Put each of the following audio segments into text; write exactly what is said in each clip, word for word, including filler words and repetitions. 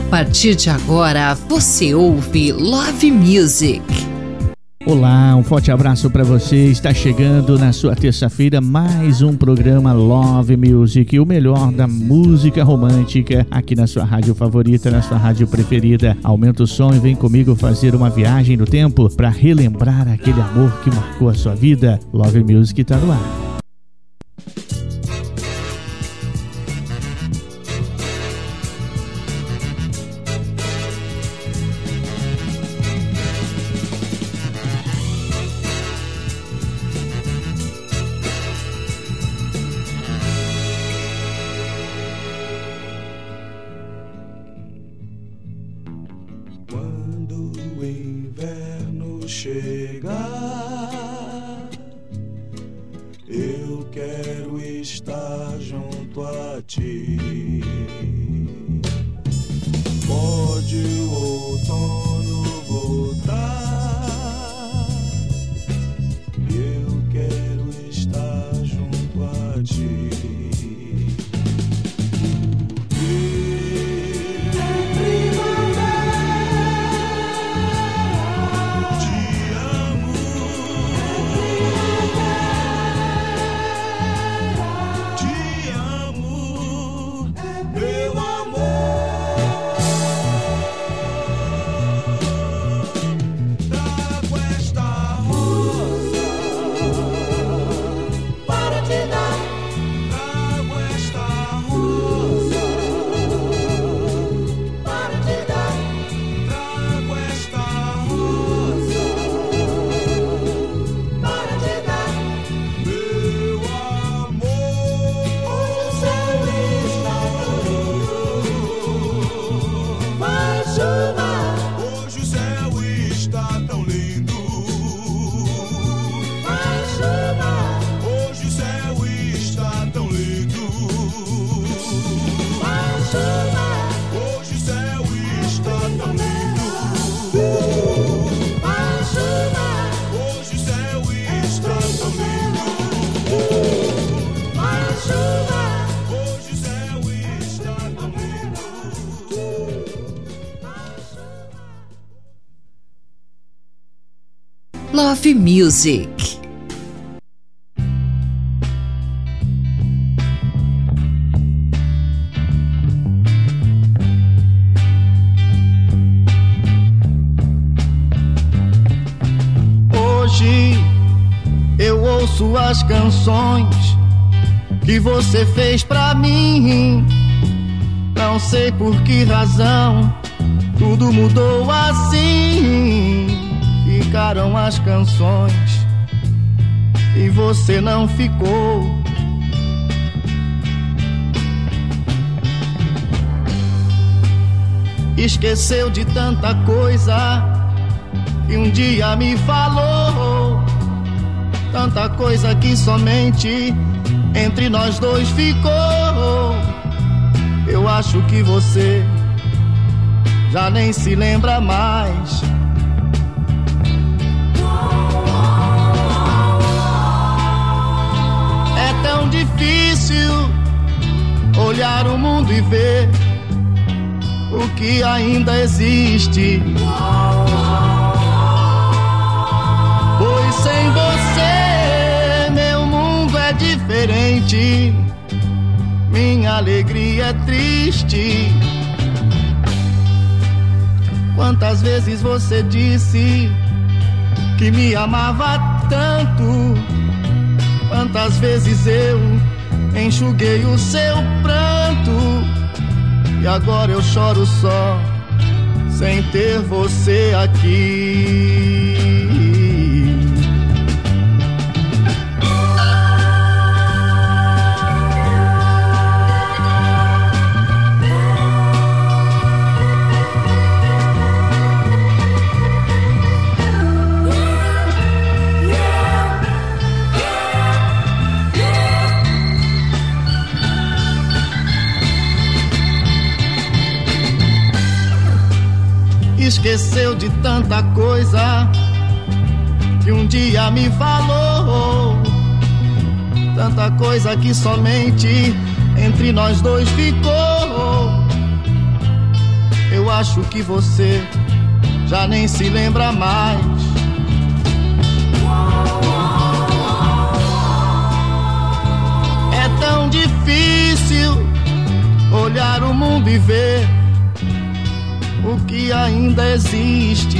partir de agora, você ouve Love Music. Olá, um forte abraço para você. Está chegando na sua terça-feira mais um programa Love Music, o melhor da música romântica aqui na sua rádio favorita, na sua rádio preferida. Aumenta o som e vem comigo fazer uma viagem no tempo para relembrar aquele amor que marcou a sua vida. Love Music está no ar. Love Music. Hoje eu ouço as canções que você fez pra mim. Não sei por que razão tudo mudou assim. Ficaram as canções e você não ficou. Esqueceu de tanta coisa que um dia me falou. Tanta coisa que somente entre nós dois ficou. Eu acho que você já nem se lembra mais. Difícil olhar o mundo e ver o que ainda existe. Pois sem você meu mundo é diferente, minha alegria é triste. Quantas vezes você disse que me amava tanto? Quantas vezes eu enxuguei o seu pranto? E agora eu choro só, sem ter você aqui. Esqueceu de tanta coisa que um dia me falou. Tanta coisa que somente entre nós dois ficou. Eu acho que você já nem se lembra mais. É tão difícil olhar o mundo e ver o que ainda existe.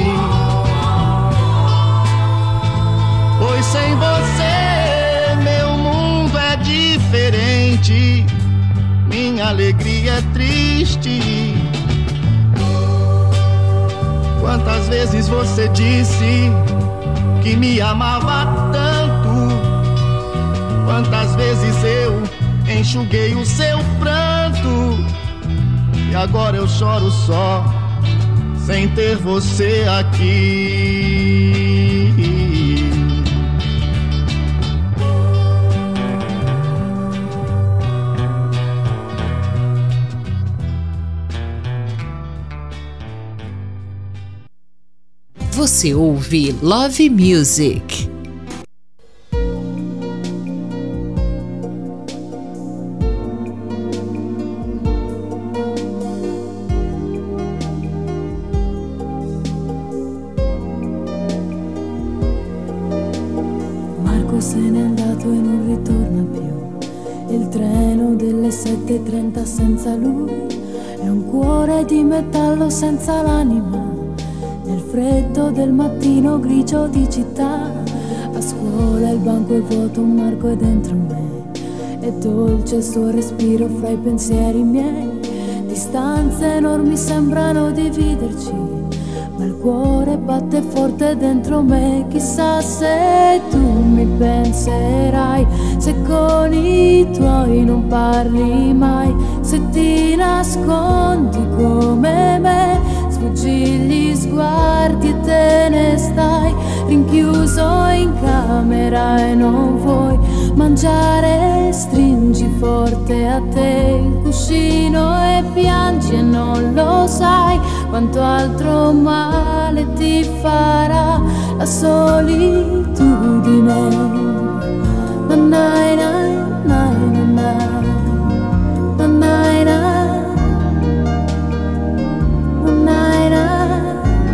Pois sem você meu mundo é diferente, minha alegria é triste. Quantas vezes você disse que me amava tanto? Quantas vezes eu enxuguei o seu pranto? E agora eu choro só, sem ter você aqui. Você ouve Love Music. Marco se n'è andato e non ritorna più. Il treno delle sette e trenta senza lui è un cuore di metallo senza l'anima. Nel freddo del mattino grigio di città, a scuola il banco è vuoto, un Marco è dentro me. È dolce il suo respiro fra i pensieri miei. Distanze enormi sembrano dividerci, ma il cuore batte forte dentro me. Chissà se tu mi penserai, se con i tuoi non parli mai, se ti nascondi come me, sfuggi gli sguardi e te ne stai rinchiuso in camera e non vuoi mangiare, stringi forte a te il cuscino e piangi e non lo sai quanto altro male ti farà la solitudine. Nanai, nai, nai, nanai, nanai, nanai, nanai.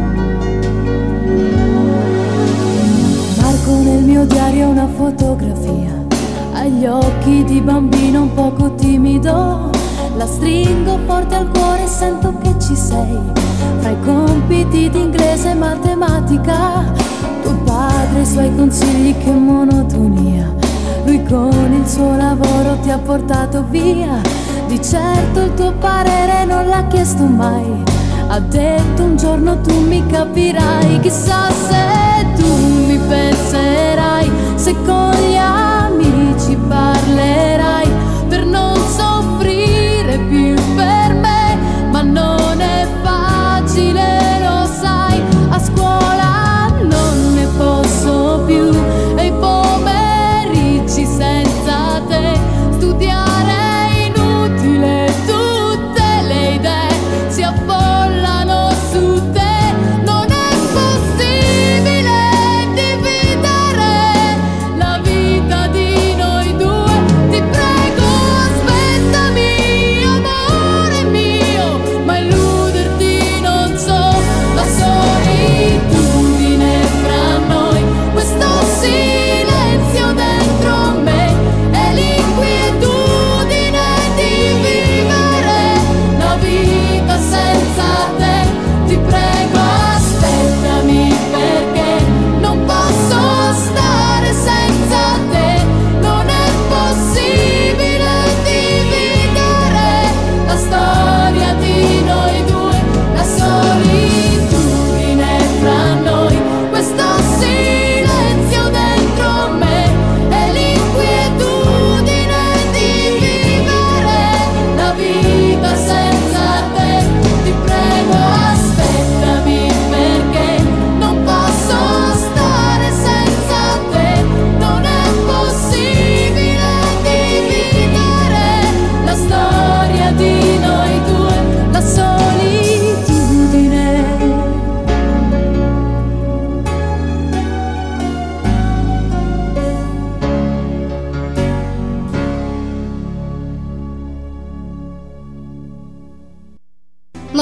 Marco nel mio diario una fotografia, agli occhi di bambino un poco timido. La stringo forte al cuore e sento che ci sei, fra i compiti di inglese e matematica. Tuo padre e i suoi consigli, che monotonia. Lui con il suo lavoro ti ha portato via. Di certo il tuo parere non l'ha chiesto mai. Ha detto un giorno tu mi capirai. Chissà se tu mi penserai, se con gli amici parlerai, per non soffrire più per me. Ma non è facile, lo sai, a scuola non ne posso più e i pomeriggi senza te studiare è inutile, tutte le idee si affollano su te. Non è possibile dividere la vita di noi due, ti prego.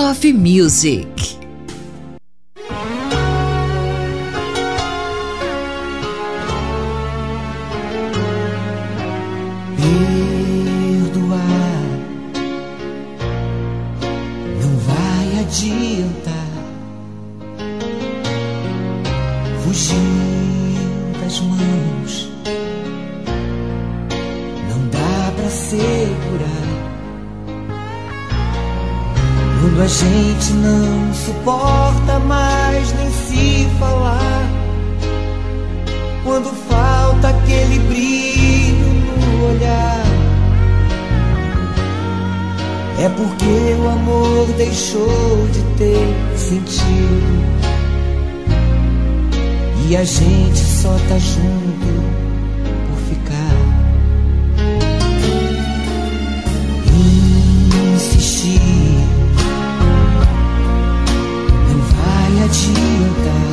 Love Music. Perdoar não vai adiantar. Fugiu das mãos, não dá pra segurar. Quando a gente não suporta mais nem se falar, quando falta aquele brilho no olhar, é porque o amor deixou de ter sentido e a gente só tá junto por ficar. Insistir não vai adiantar.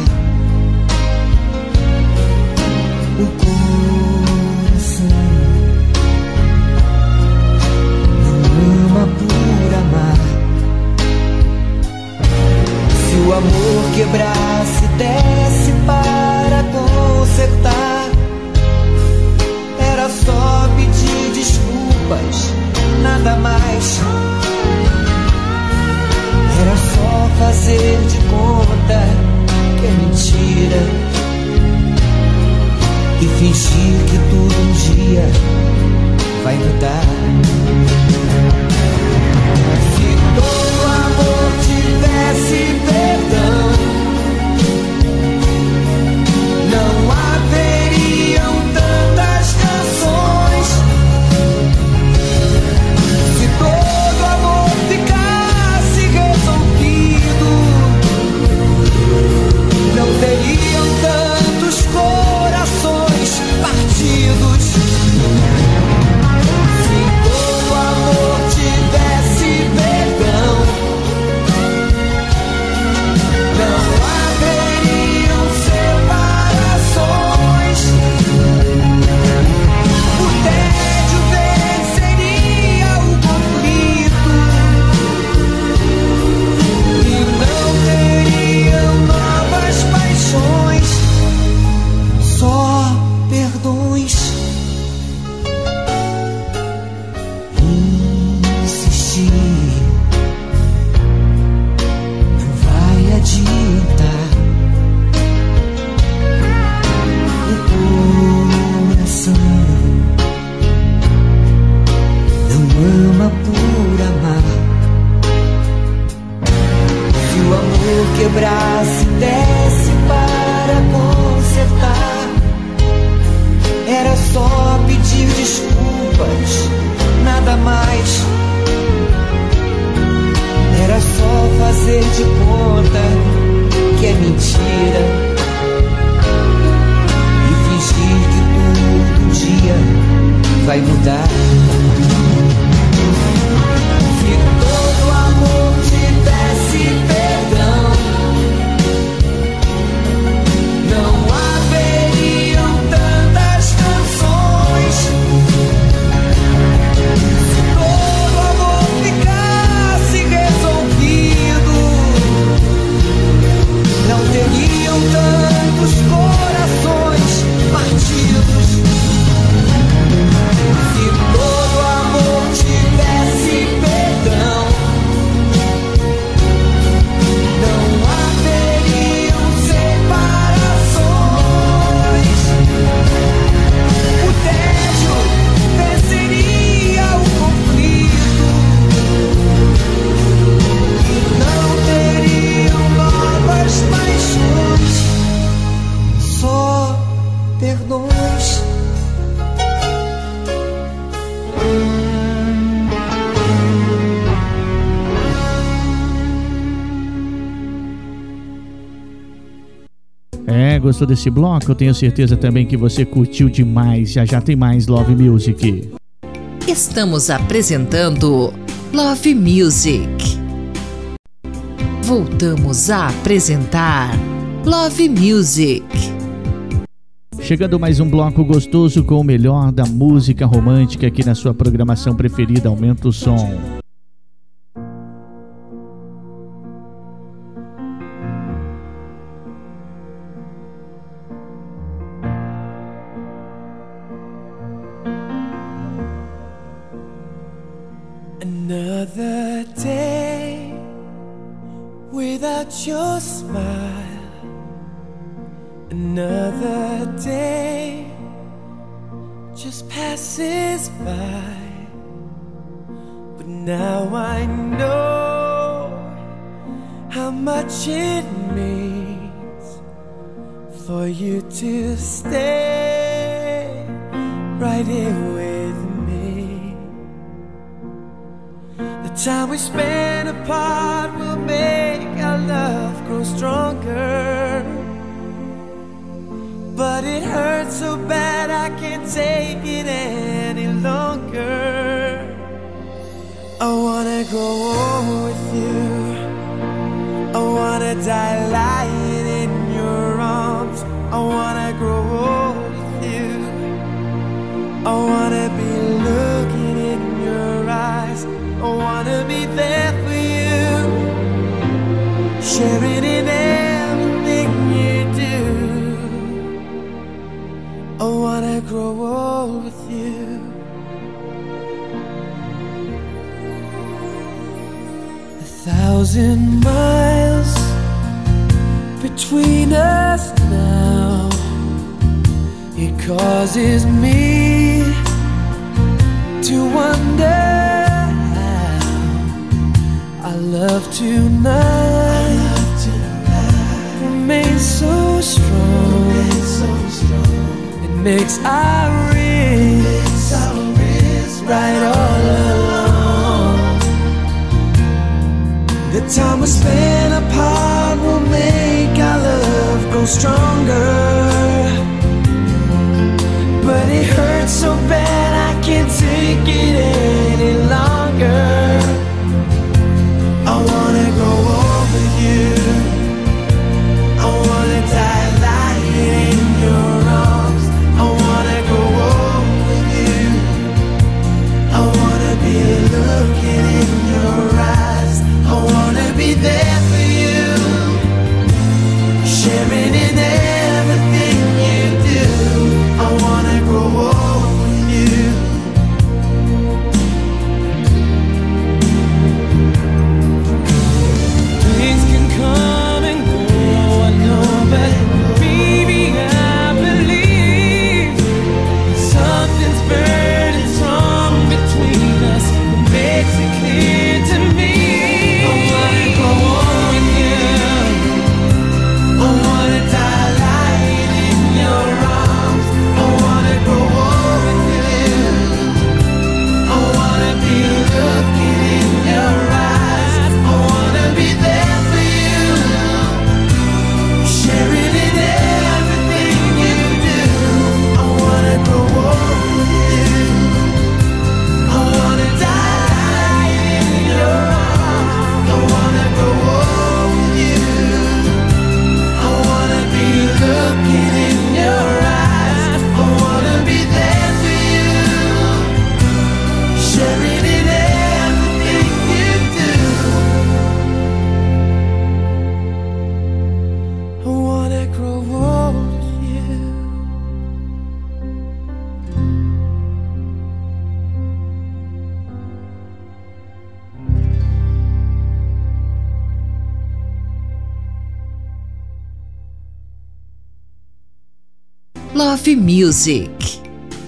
O coração não ama por amar. Se o amor quebrasse, desse para consertar, era só pedir desculpas, nada mais. Era só fazer de conta que é mentira e fingir que tudo um dia vai mudar. Se todo amor tivesse perdão, não haveriam tantas canções. Se todo amor ficasse resolvido, não teriam tantos corações partidos. Se todo amor tivesse perdão, não haveriam separações. O tédio venceria o conflito e não teriam novas paixões, só perdões. Insistir não vai adiantar. O coração não ama por amar. Se o amor quebrasse, desse para consertar, era só pedir desculpas, nada mais. Era só fazer de conta que é mentira e fingir que tudo um dia vai mudar. Se todo amor tivesse perdão, não haveriam tantas canções. Se todo amor ficasse resolvido, não teriam tantos corações partidos. Se todo amor tivesse perdão, não haveriam separações. O tédio venceria o conflito e não teriam novas paixões, só perdões. É, gostou desse bloco? Eu tenho certeza também que você curtiu demais. Já já tem mais Love Music. Estamos apresentando Love Music. Voltamos a apresentar Love Music. Chegando mais um bloco gostoso com o melhor da música romântica aqui na sua programação preferida. Aumenta o som. without your smile. Another day just passes by, but now I know how much it means for you to stay right here with me. The time we spend apart will make our love grow stronger, but it hurts so bad I can't take it any longer. I wanna grow old with you, I wanna die lying in your arms. I wanna grow old with you, I wanna be looking in your eyes. I wanna be there for you, sharing in everything you do. I wanna grow old with you. A thousand miles between us now, it causes me to wonder how our love tonight remains so strong. It makes our wrists right all along. The time we spend apart will make our love grow stronger, but it hurts so bad I can't take it any longer. I wanna grow old with you, I wanna die lying in your arms. I wanna grow old with you, I wanna be looking in your eyes. I wanna be there for you, sharing in everything you do. I wanna grow old with you. Things can come and go, I know, but baby I believe something's burning strong between us. It makes it clear to me. I wanna grow old with you, I wanna die lying in your arms. I wanna grow old with you, I wanna be looking in your eyes. I wanna be there for you, sharing in everything you do. I wanna grow old with you, I wanna die in your arms. I wanna grow old with you, I wanna be looking in your eyes. I wanna be there for you, sharing in everything you do. I wanna grow old with you. Love Music.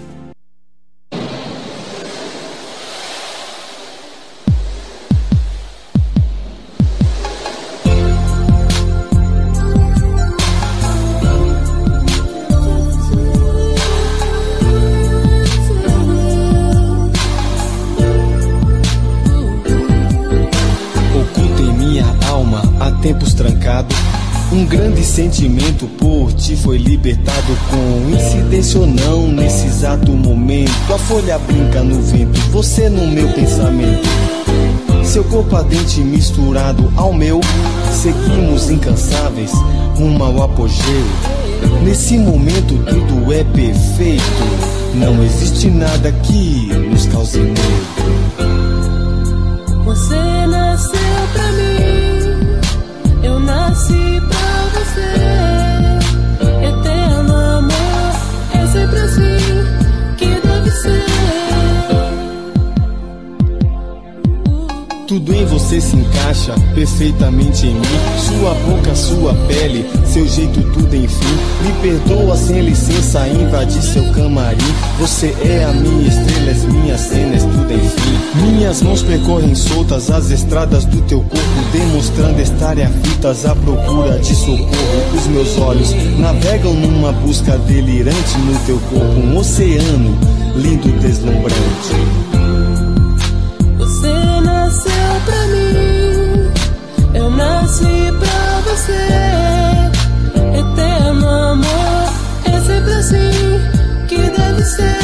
Oculto em minha alma há tempos trancado, um grande sentimento por ti foi libertado. Coincidência ou não, nesse exato momento, a folha brinca no vento, você no meu pensamento. Seu corpo ardente misturado ao meu, seguimos incansáveis rumo ao apogeu. Nesse momento tudo é perfeito, não existe nada que nos cause medo. Você nasceu pra mim, eu nasci pra você. Eterno amor, é sempre assim que deve ser. Tudo em você você se encaixa perfeitamente em mim. Sua boca, sua pele, seu jeito, tudo enfim. Me perdoa sem licença, invadir seu camarim. Você é a minha estrela, as minhas cenas, tudo enfim. Minhas mãos percorrem soltas as estradas do teu corpo, demonstrando estarem aflitas à procura de socorro. Os meus olhos navegam numa busca delirante no teu corpo, um oceano lindo, deslumbrante. Você nasceu pra mim, eu nasci pra você. Eterno amor, é sempre assim que deve ser.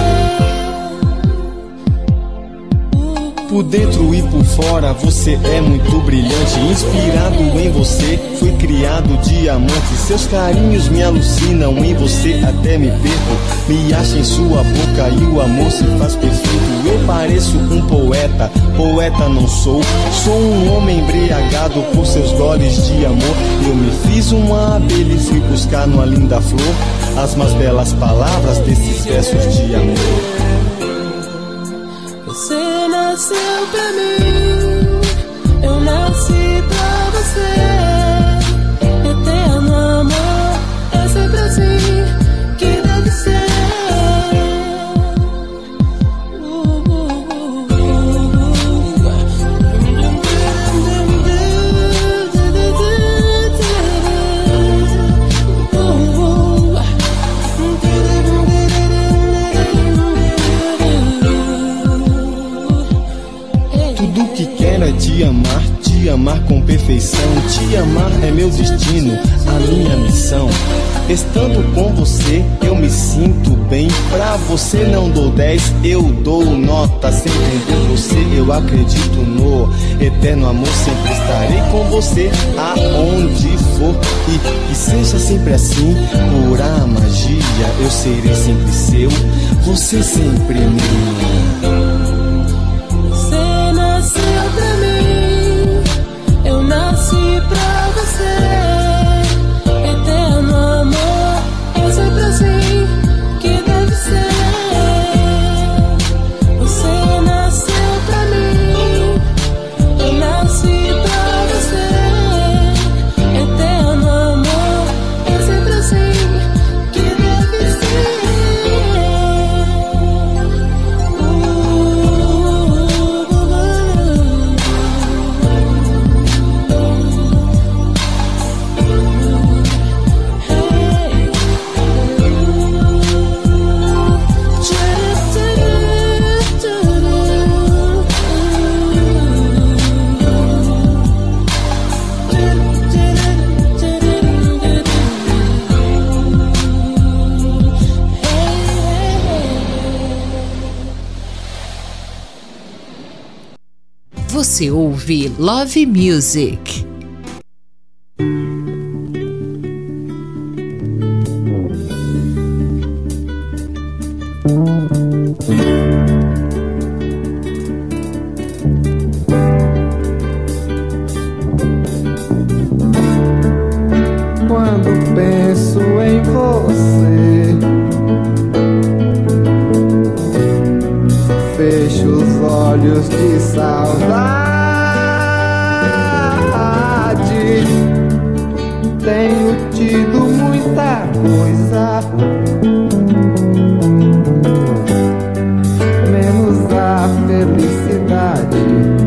Por dentro e por fora você é muito brilhante. Inspirado em você, fui criado diamante. Seus carinhos me alucinam, em você até me perco. Me acha em sua boca e o amor se faz perfeito. Eu pareço um poeta, poeta não sou. Sou um homem embriagado por seus goles de amor. Eu me fiz uma abelha e fui buscar numa linda flor as mais belas palavras desses versos de amor. Você nasceu pra mim, eu nasci pra você. Eterno amor, é sempre assim que deve ser. Te amar, te amar com perfeição. Te amar é meu destino, a minha missão. Estando com você, eu me sinto bem. Pra você não dou dez, eu dou nota. Sem entender você, eu acredito no eterno amor. Sempre estarei com você, aonde for. E que seja sempre assim, pura magia. Eu serei sempre seu, você sempre minha. Nasceu pra mim, eu nasci pra você. Eterno amor, é sempre assim que deve ser. Você nasceu pra mim, eu nasci pra você. Eterno amor, é sempre assim que deve ser. Você ouve Love Music. Quando penso em você, fecho os olhos de saudade. Tenho tido muita coisa, menos a felicidade.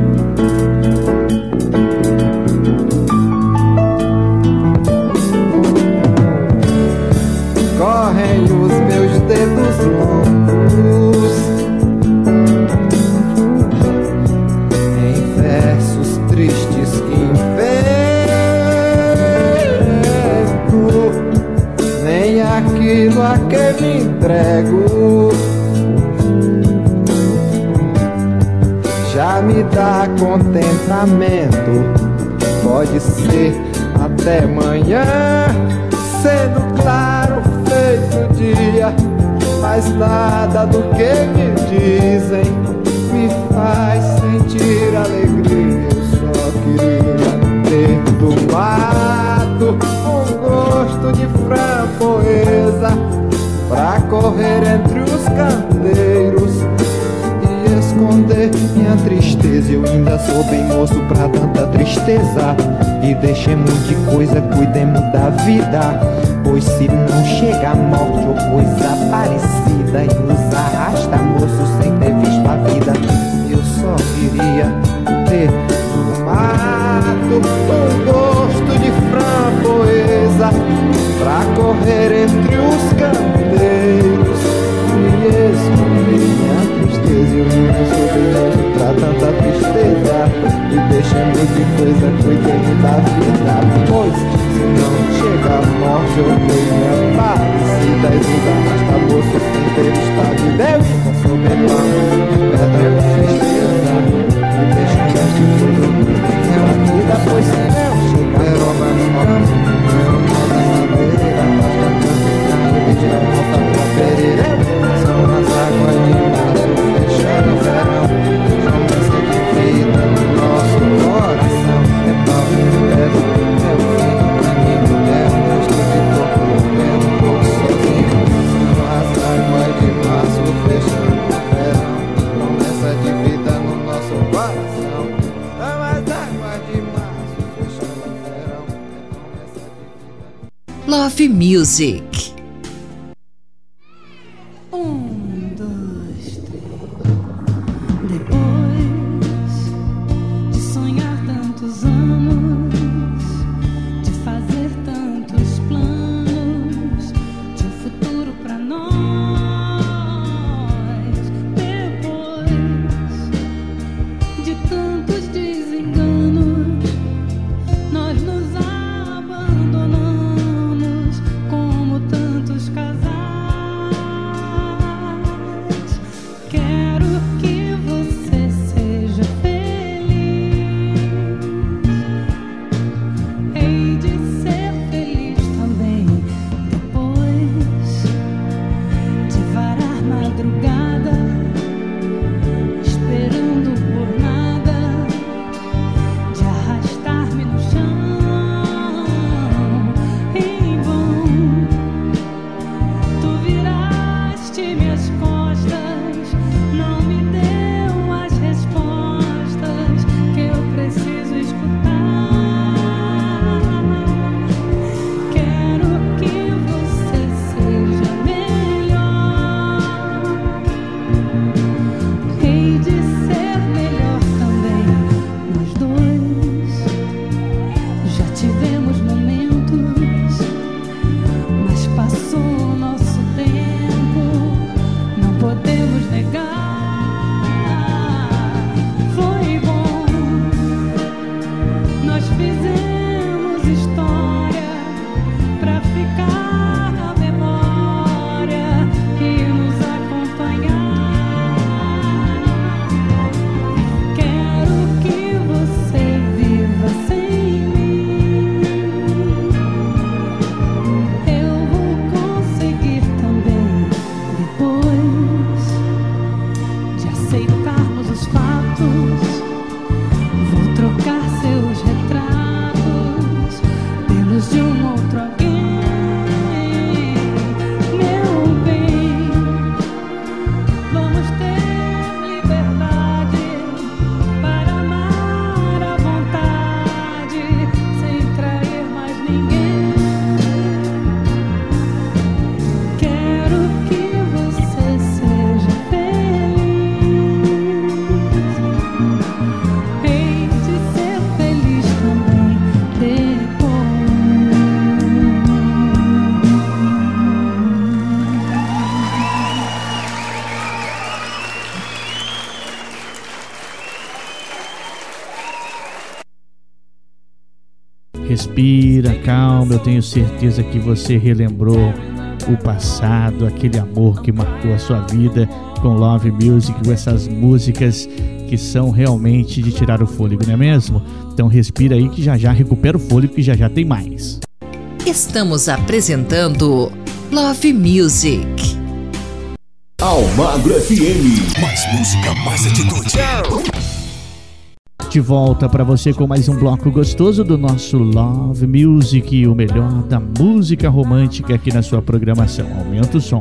Correm os meus dedos longos em versos tristes que invento, nem aquilo a que me entrego já me dá contentamento. Pode ser até amanhã, sendo claro feito dia, mas nada do que me dizem me faz sentir alegria. Eu só queria ter do mato um gosto de framboesa pra correr entre os canteiros e esconder minha tristeza. tristeza, eu ainda sou bem moço pra tanta tristeza. E deixemos de coisa, cuidemos da vida, pois se não chega a morte ou coisa parecida e nos arrasta, moço, sem ter visto a vida, eu só queria ter no mato um gosto de framboesa pra correr entre os canteiros e esconder minha tristeza. Eu não sou bem moço pra tanta tristeza. E deixemos de coisa, cuidemos da vida, pois se não chega a morte ou coisa parecida e nos arrasta, moço, sem ter visto a vida, eu não sou bem moço pra tanta tristeza. E deixemos de coisa, cuidemos da vida, pois se não chega a morte, não moda madeira, basta cantar e deixar a nossa preferida. São as águas de março, fechando o verão, promessa de vida no nosso coração. É pau de pedra, é o fim do caminho, é o resto de corpo, é um pouco sozinho. São as águas de março, fechando o verão, promessa de vida no nosso coração. São as águas de março, fechando o verão, é promessa de vida. Love Music. Respira, calma, eu tenho certeza que você relembrou o passado, aquele amor que marcou a sua vida com Love Music, com essas músicas que são realmente de tirar o fôlego, não é mesmo? Então respira aí que já já recupera o fôlego, que já já tem mais. Estamos apresentando Love Music. Almagro F M, mais música, mais atitude. De volta para você com mais um bloco gostoso do nosso Love Music, o melhor da música romântica aqui na sua programação. Aumenta o som.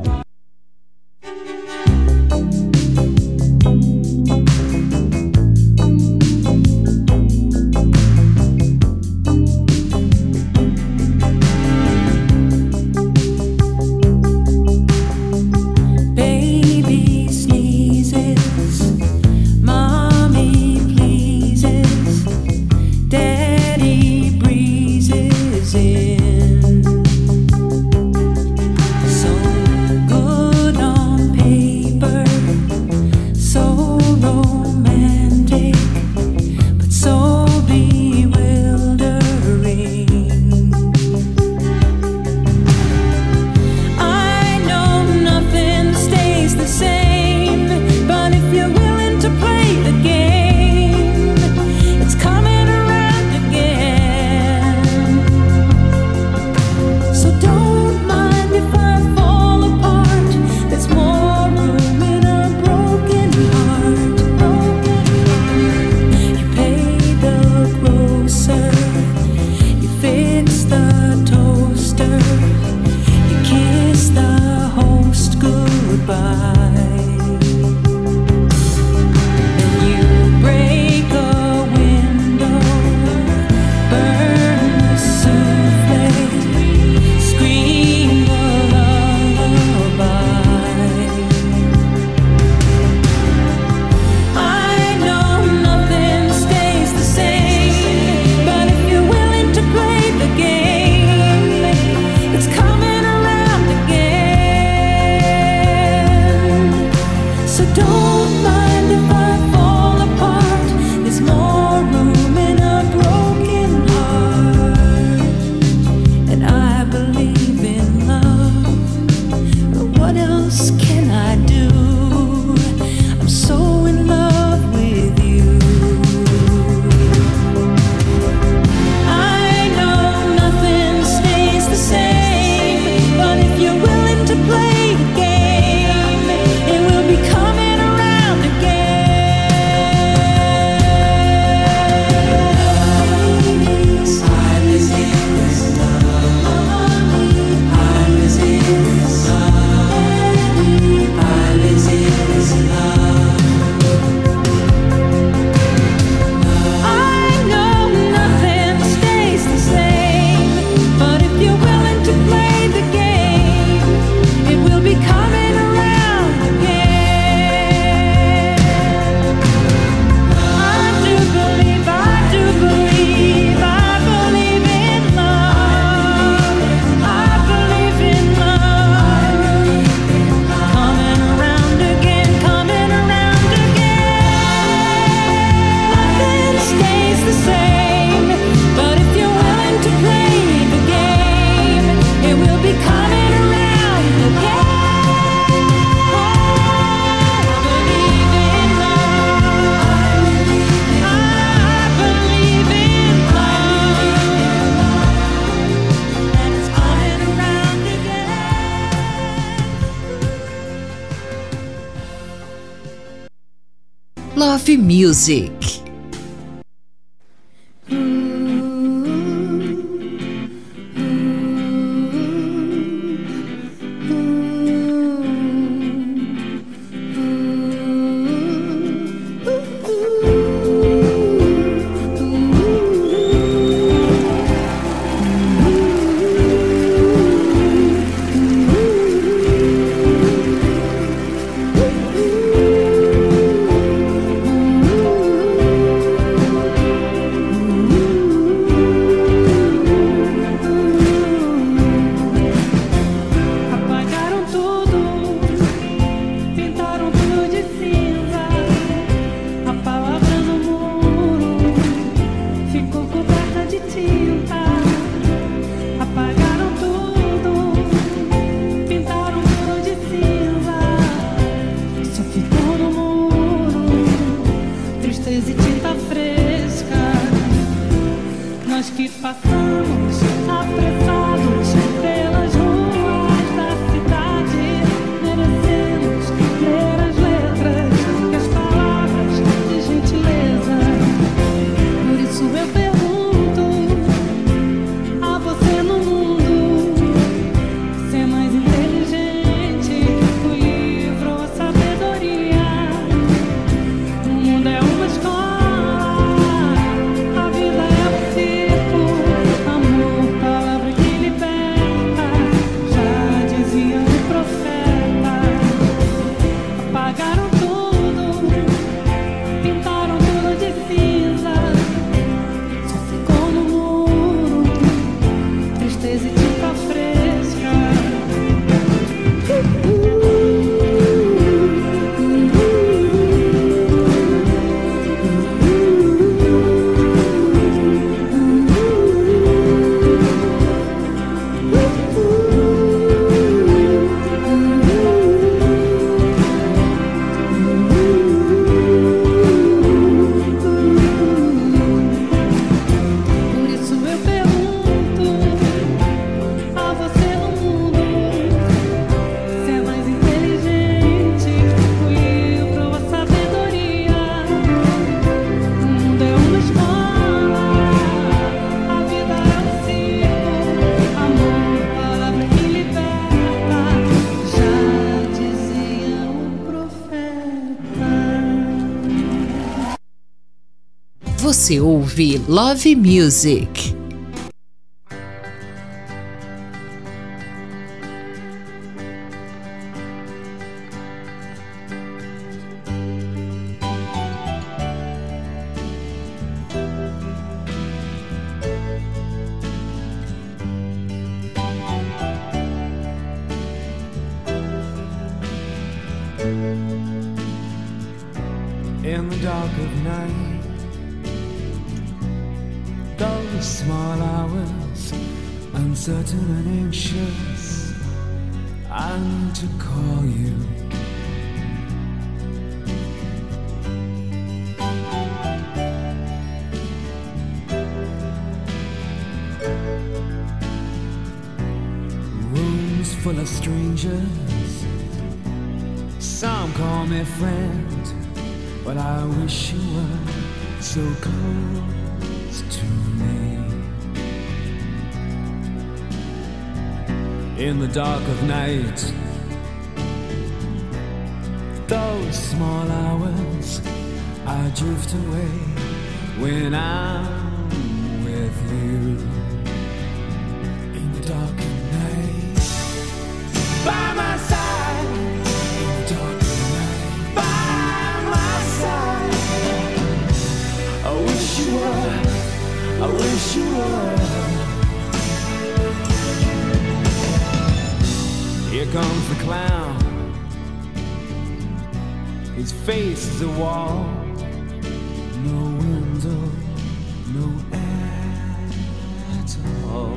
Love Music. Você ouve Love Music. In the dark of night, those small hours, uncertain and anxious, I need to call you. Rooms full of strangers, some call me friend, but I wish you were so close to me. In the dark of night, those small hours, I drift away when I'm with you. In the dark of night, by my side. In the dark of night, by my side. I wish you were, I wish you were. Here comes the clown, his face is a wall, no window, no air at all.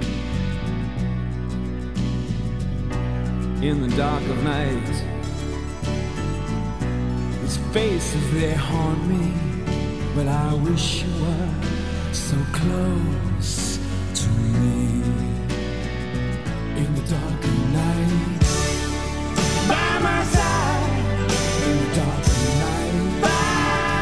In the dark of night, his faces, they haunt me, but I wish you were so close to me. In the dark of night, by my side. In the dark of night, by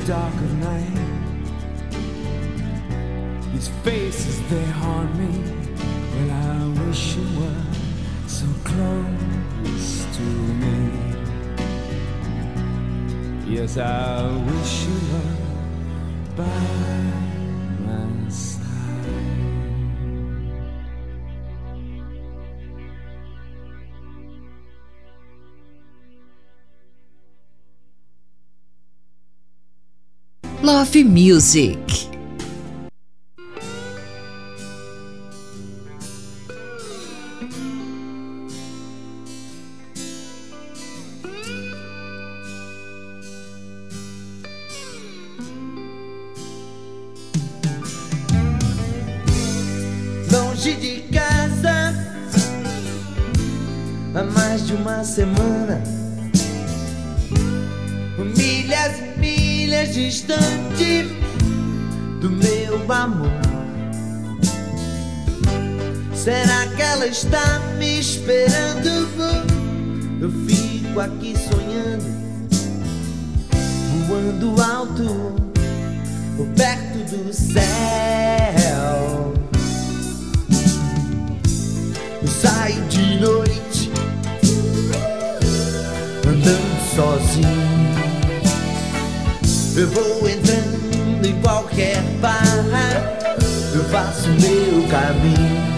dark of night. These faces, they haunt me. Well, I wish you were so close to me. Yes, I wish you were by my side. Love Music. Longe de casa, há mais de uma semana, milhas e milhas distante do meu amor. Será que ela está me esperando? Eu fico aqui sonhando, voando alto, perto do céu. Eu saio de noite, andando sozinho. Eu vou entrando em qualquer bar, eu faço meu caminho.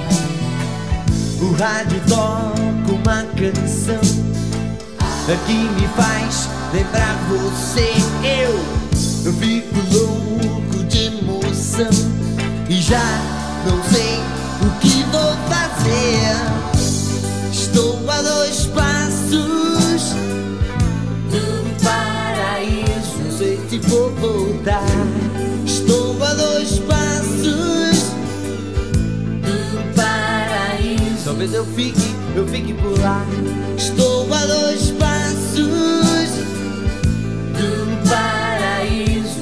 O rádio toca uma canção que me faz lembrar você. Eu, eu fico louco de emoção e já não sei o que vou fazer. Estou a dois passos do paraíso, não sei se vou voltar. Estou a dois passos do paraíso, talvez eu fique, eu fique por lá. Estou a dois passos do paraíso,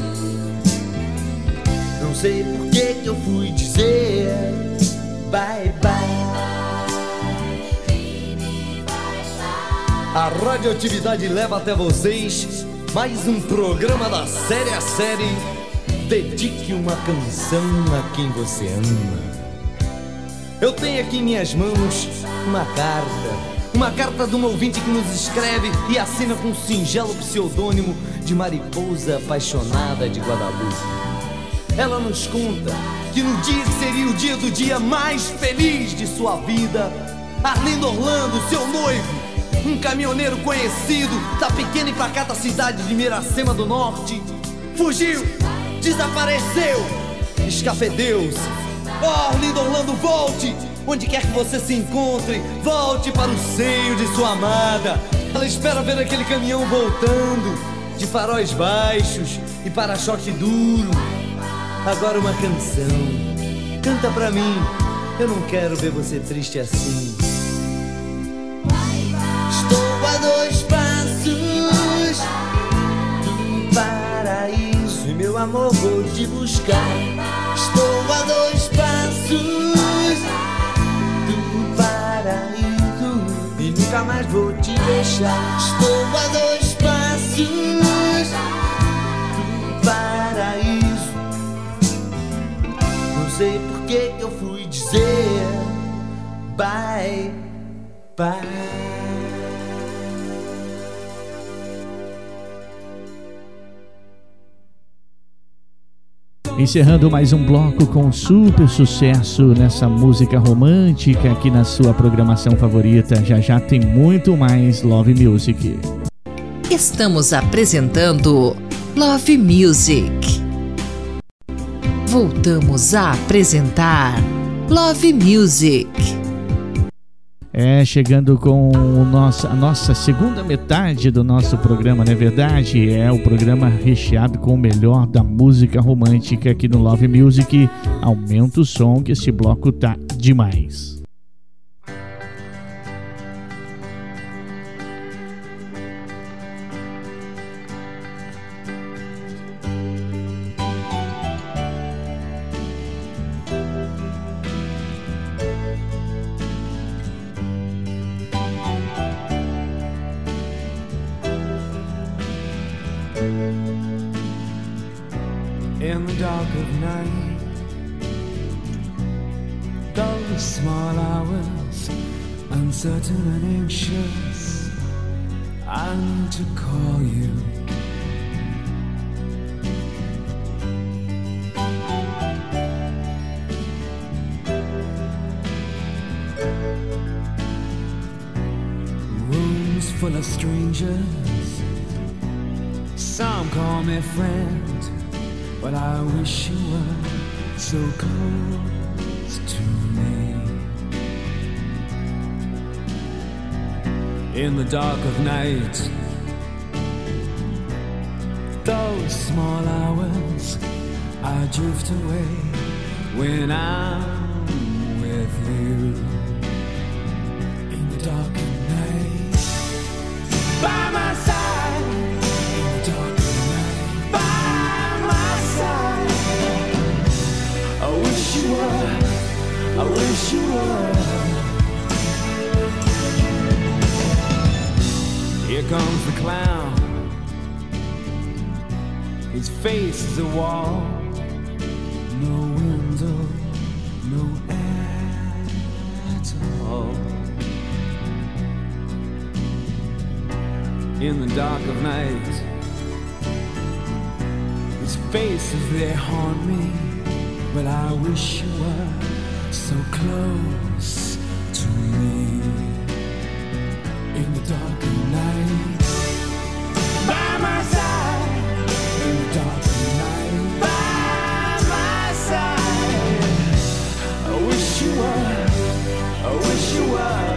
não sei por que que eu fui dizer bye bye. A radioatividade leva até vocês mais um programa da série a série. Dedique uma canção a quem você ama. Eu tenho aqui em minhas mãos uma carta, uma carta de um ouvinte que nos escreve e assina com um singelo pseudônimo de Mariposa Apaixonada de Guadalupe. Ela nos conta que no dia que seria o dia do dia mais feliz de sua vida, Arlindo Orlando, seu noivo, um caminhoneiro conhecido da pequena e pacata cidade de Miracema do Norte, fugiu, desapareceu, escafedeu-se. Oh, Arlindo Orlando, volte! Onde quer que você se encontre, volte para o seio de sua amada. Ela espera ver aquele caminhão voltando, de faróis baixos e para-choque duro. Agora uma canção, canta pra mim, eu não quero ver você triste assim. Estou a dois passos do paraíso e meu amor vou te buscar. Estou a dois passos do paraíso e nunca mais vou te deixar. Estou a dois passos do paraíso, não sei por que que eu fui dizer bye bye. Encerrando mais um bloco com super sucesso nessa música romântica aqui na sua programação favorita. Já já tem muito mais Love Music. Estamos apresentando Love Music. Voltamos a apresentar Love Music. É, chegando com o nosso, a nossa segunda metade do nosso programa, não é verdade? É o programa recheado com o melhor da música romântica aqui no Love Music. Aumenta o som que esse bloco tá demais. small hours, uncertain and anxious, I need to call you. Rooms full of strangers, some call me friend, but I wish you were so close to me. In the dark of night, those small hours, I drift away when I'm with you. In the dark of night, by my side. In the dark of night, by my side. I wish you were, I wish you were. Here comes the clown. His face is a wall. No window, no air at all. In the dark of night, his faces, they haunt me, but I wish you were so close to me. In the dark of night, by my side. In the dark of night, by my side. I wish you were, I wish you were.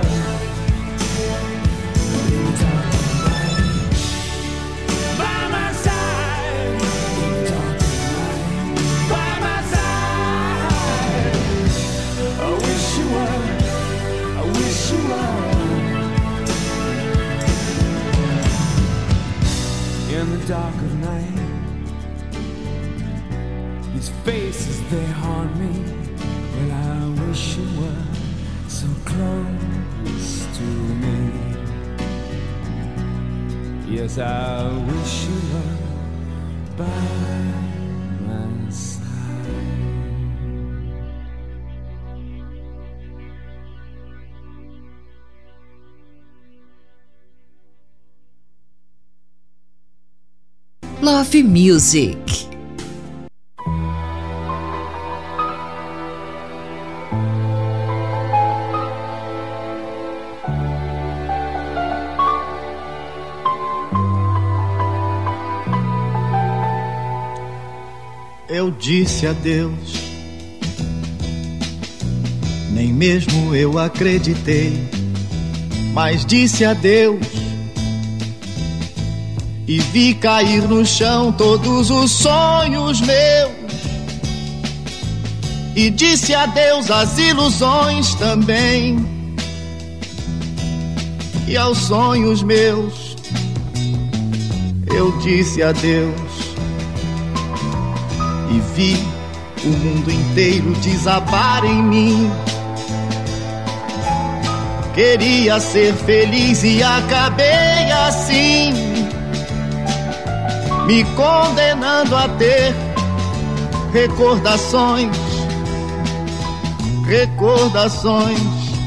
In the dark of night, by my side. In the dark of night, by my side. I wish you were, I wish you were. In the dark of night, these faces, they haunt me, but I wish you were so close to me. Yes, I wish you were by my side. Love Music. Eu disse adeus, nem mesmo eu acreditei, mas disse adeus. E vi cair no chão todos os sonhos meus. E disse adeus às ilusões também, e aos sonhos meus. Eu disse adeus e vi o mundo inteiro desabar em mim. Queria ser feliz e acabei assim, me condenando a ter recordações, recordações.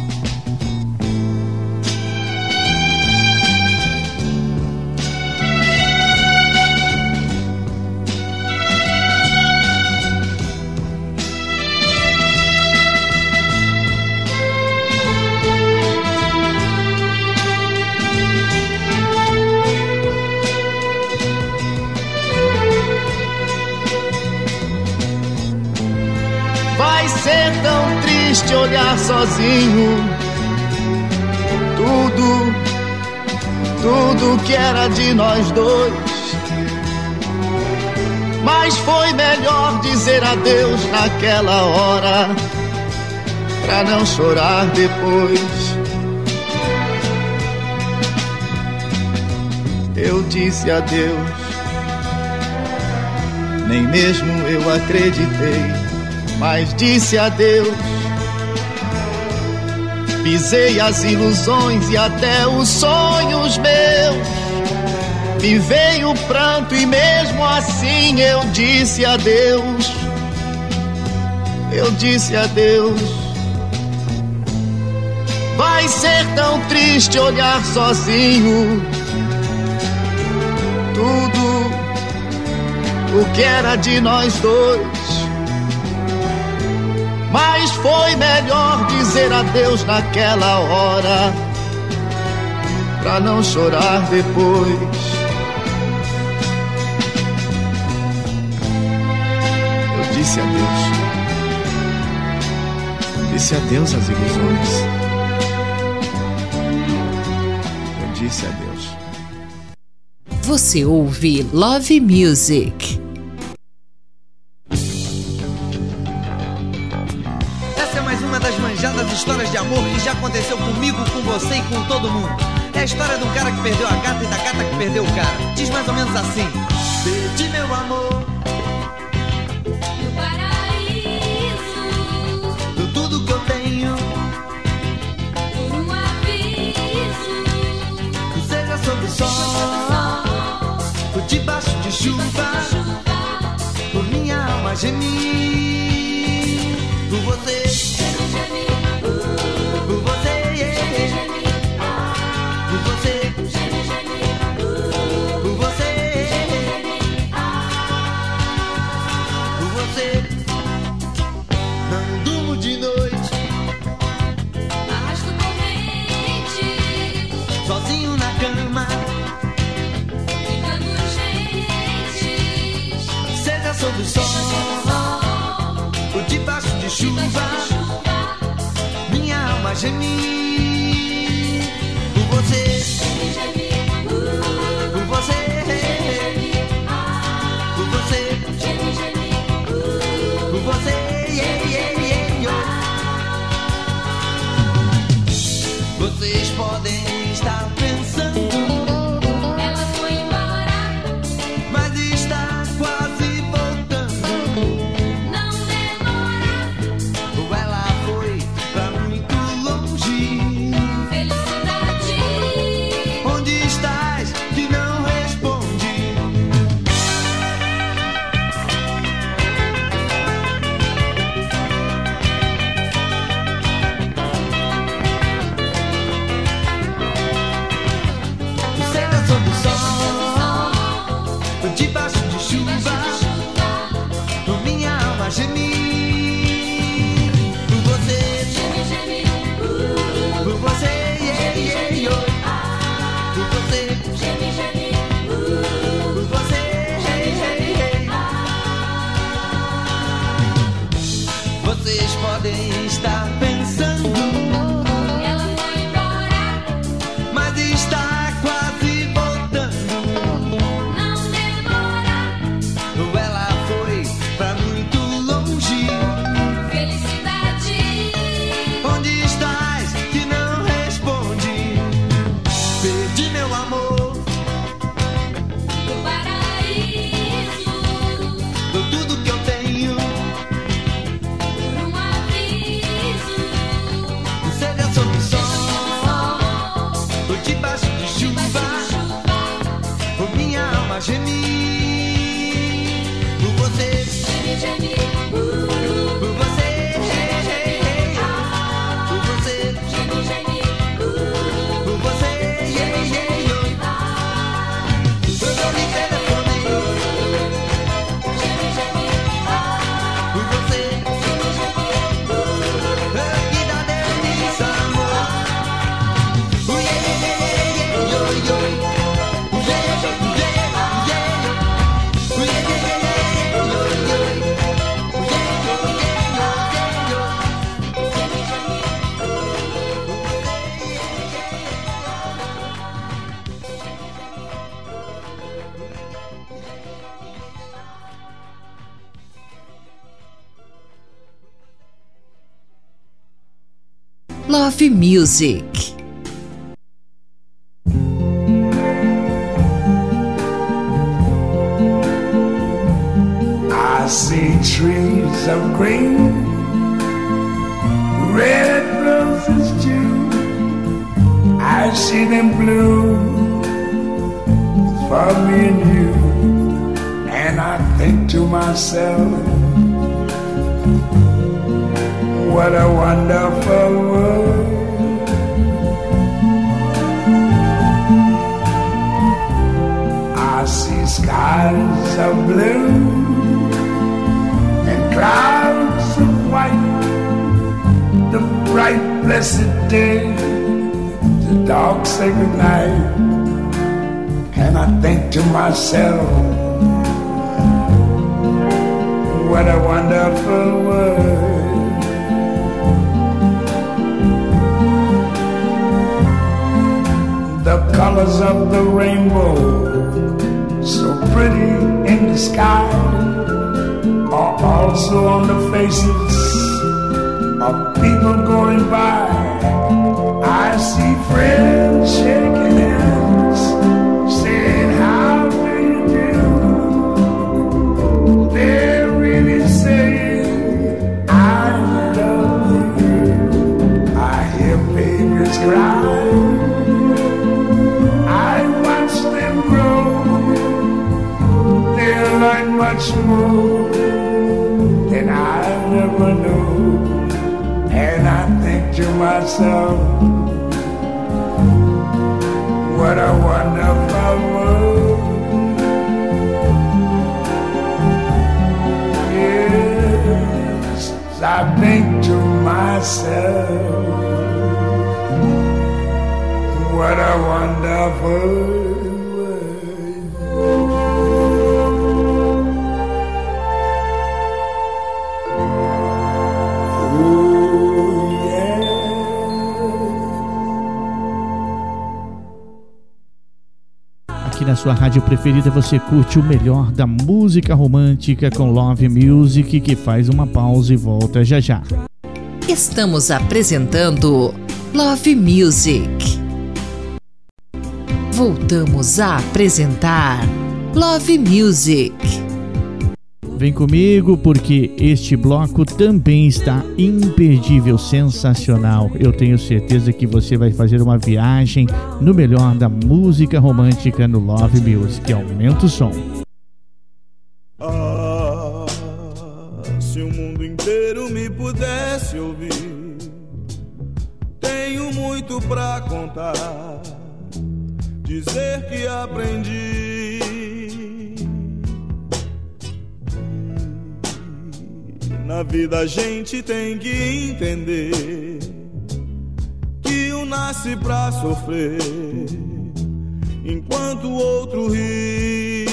Ser tão triste olhar sozinho tudo, tudo que era de nós dois. Mas foi melhor dizer adeus naquela hora, pra não chorar depois. Eu disse adeus, nem mesmo eu acreditei, mas disse adeus. Pisei as ilusões e até os sonhos meus. Me veio o pranto e mesmo assim eu disse adeus. Eu disse adeus. Vai ser tão triste olhar sozinho tudo o que era de nós dois. Mas foi melhor dizer adeus naquela hora, pra não chorar depois. Eu disse adeus. Disse adeus às ilusões. Eu disse adeus. Você ouve Love Music. Essa é mais uma das manjadas histórias de amor que já aconteceu comigo, com você e com todo mundo. É a história de um cara que perdeu a gata e da gata que perdeu o cara. Diz mais ou menos assim: perdi meu amor No paraíso, do tudo que eu tenho, por um aviso, seja sob o sol, por debaixo de chuva, por minha alma gemir, por você, por você, por você, por você, por você. Não durmo de noite, arrasto corrente, sozinho na cama, ficando urgentes, seja sob o sol, por debaixo de chuva, minha alma gemir, por você, por você, por você, por você, yeah, yeah, yeah, yeah. Vocês podem estar pensando, ela foi embora, mas está quase voltando. não demora, Ou ela foi pra muito longe. felicidade, Onde estás que não responde? Seja sob o sol, por debaixo de chuva, por minha alma gemir, por você, por você, yeah, yeah, yeah. Por você, por você, hey, hey, hey. Vocês podem estar pensando, ela foi embora, mas está quase voltando. não demora, Ou ela foi pra muito longe. felicidade, Onde estás que não responde? Perdi meu amor, no paraíso, do tudo que eu tenho, por um aviso, seja sob o sol, por debaixo de chuva, por minha alma gemir, por você, por você, hey, hey, hey. Por você, por você, yeah, yeah, yeah. Quando eu lhe telefonei, por você, que dá delícia, amor. Uh, yeah, yeah, yeah, yeah, yeah, yo, yo. Uh, yeah, yeah, yeah, yeah, yeah. Uh, yeah, yeah, yeah, yeah, yo, yo. Uh, yeah, yeah, yeah, Love Music. I see trees of green, red roses too. I see them bloom for me and you. And I think to myself, what a wonderful world. skies of blue and clouds of white, the bright blessed day, the dark sacred night. And I think to myself, what a wonderful world. The colors of the rainbow, so pretty in the sky, are also on the faces of people going by. I see friends shaking hands, saying how do you do. They're really saying I love you. I hear babies cry, I watch them grow. They'll learn much more than I ever knew. And I think to myself, what a wonderful world. Yes, I think to myself, what a wonderful world. Aqui na sua rádio preferida você curte o melhor da música romântica com Love Music, que faz uma pausa e volta já já. Estamos apresentando Love Music. Voltamos a apresentar Love Music. Vem comigo porque este bloco também está imperdível, sensacional. Eu tenho certeza que você vai fazer uma viagem no melhor da música romântica no Love Music. Aumenta o som. Ah, se o mundo inteiro me pudesse ouvir, tenho muito pra contar, dizer que aprendi. Na vida a gente tem que entender que um nasce pra sofrer, enquanto o outro ri.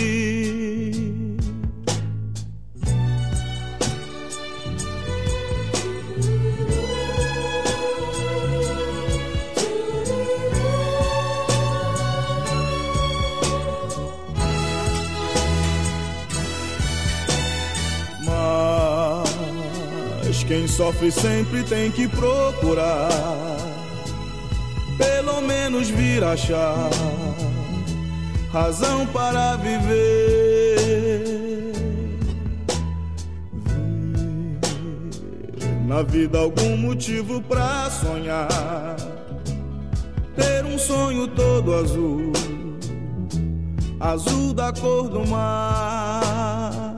Quem sofre sempre tem que procurar, pelo menos vir achar razão para viver. Ver na vida algum motivo pra sonhar, ter um sonho todo azul, azul da cor do mar.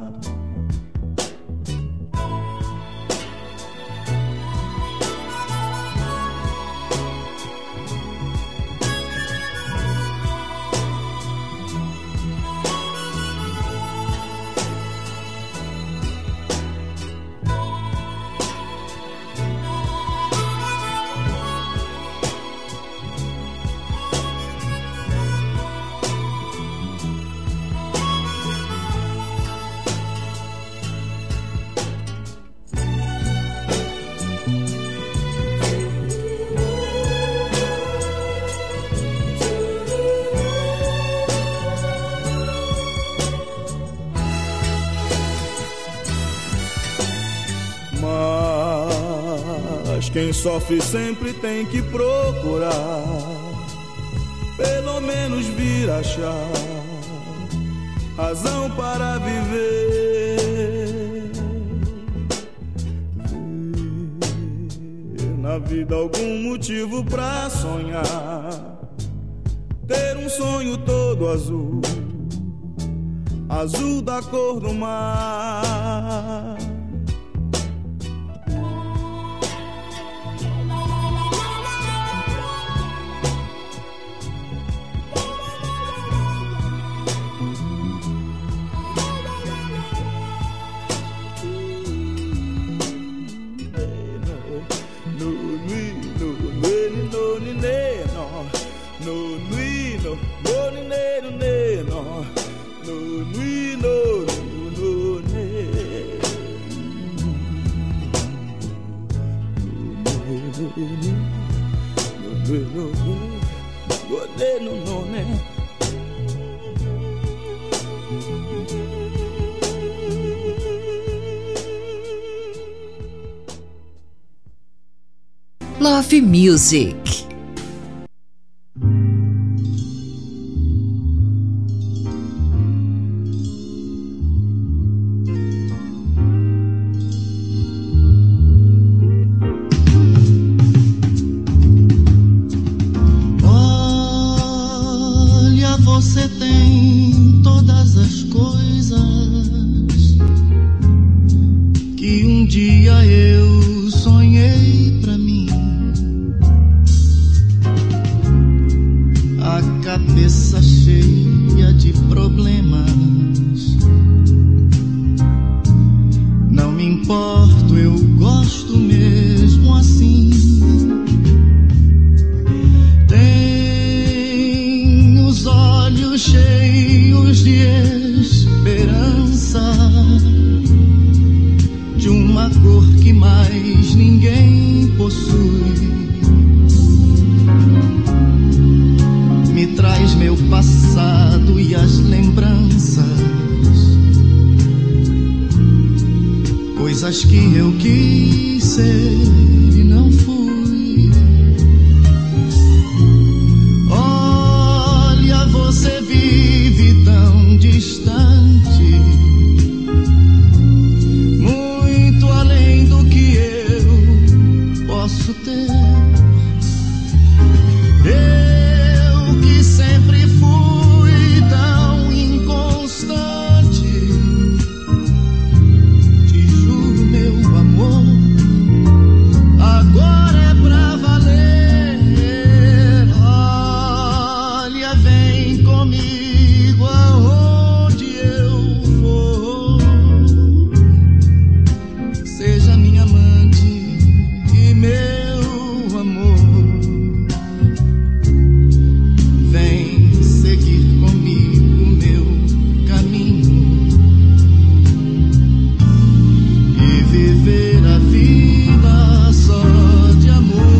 Quem sofre sempre tem que procurar, pelo menos vir achar razão para viver. Ver na vida algum motivo pra sonhar, ter um sonho todo azul, azul da cor do mar. no no nui no no ni ne no ne no no nui no no ne no no no no ne. Love Music. Olha, você tem todas as coisas que um dia eu sonhei pra mim. A cabeça cheia de problemas. Não me importo, eu gosto mesmo assim. Tem os olhos cheios de esperança, de uma cor que mais ninguém possui. Me traz meu passado e as lembranças, coisas que eu quis ser e não fui. Olha, você vive tão distante, muito além do que eu posso ter. Eu que sempre fui tão inconstante, te juro, meu amor, agora é pra valer. Olha, vem comigo aonde eu for, seja minha amante e meu amor. Vem seguir comigo meu caminho e viver a vida só de amor.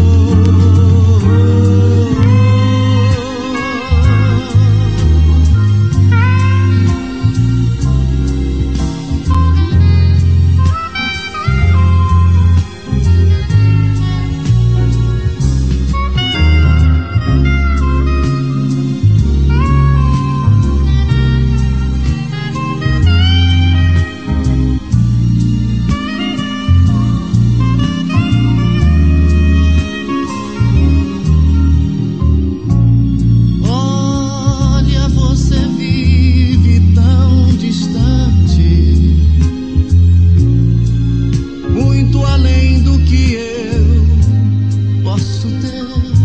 Olha, você vive tão distante, muito além do que eu posso ter.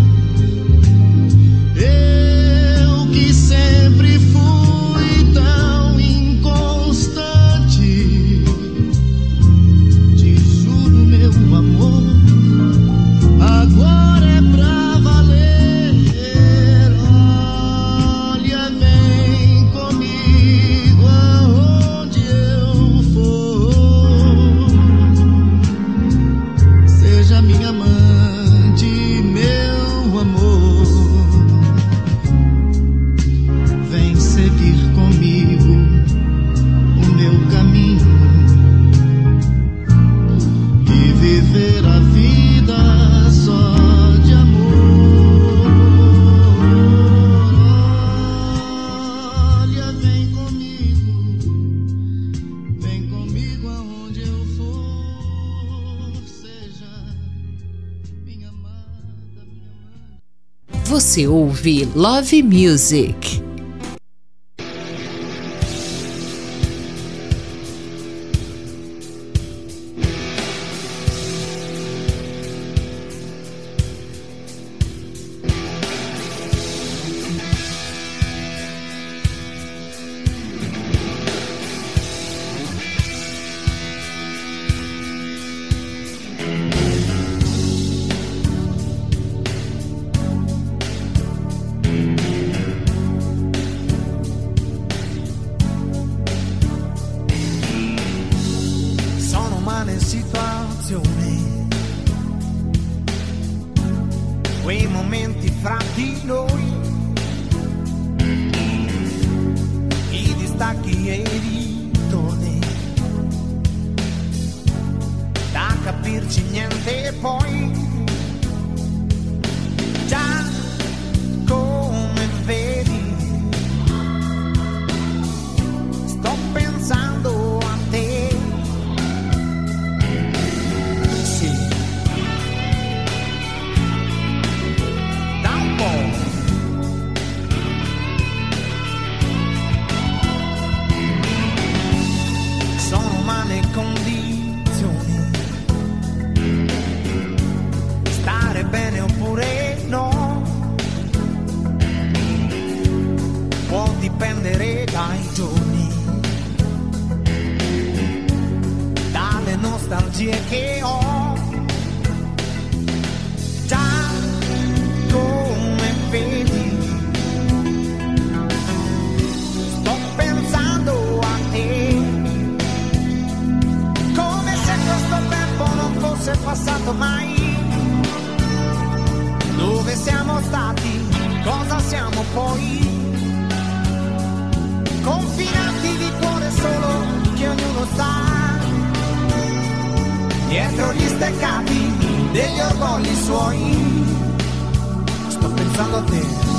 Eu que sempre fui tão inconstante, te juro, meu amor, agora é pra valer. Olha, vem comigo aonde eu for, seja minha amante, meu amor. Vem seguir comigo o meu caminho e viver a vida só de amor. Olha, vem comigo, vem comigo aonde eu for, seja minha amada, minha amante. Você ouve Love Music. magie che ho. Già come vedi, sto pensando a te, come se questo tempo non fosse passato mai. Dove siamo stati, cosa siamo poi? Confinati di cuore solo che ognuno sta dietro gli steccati degli orgogli suoi. Sto pensando a te,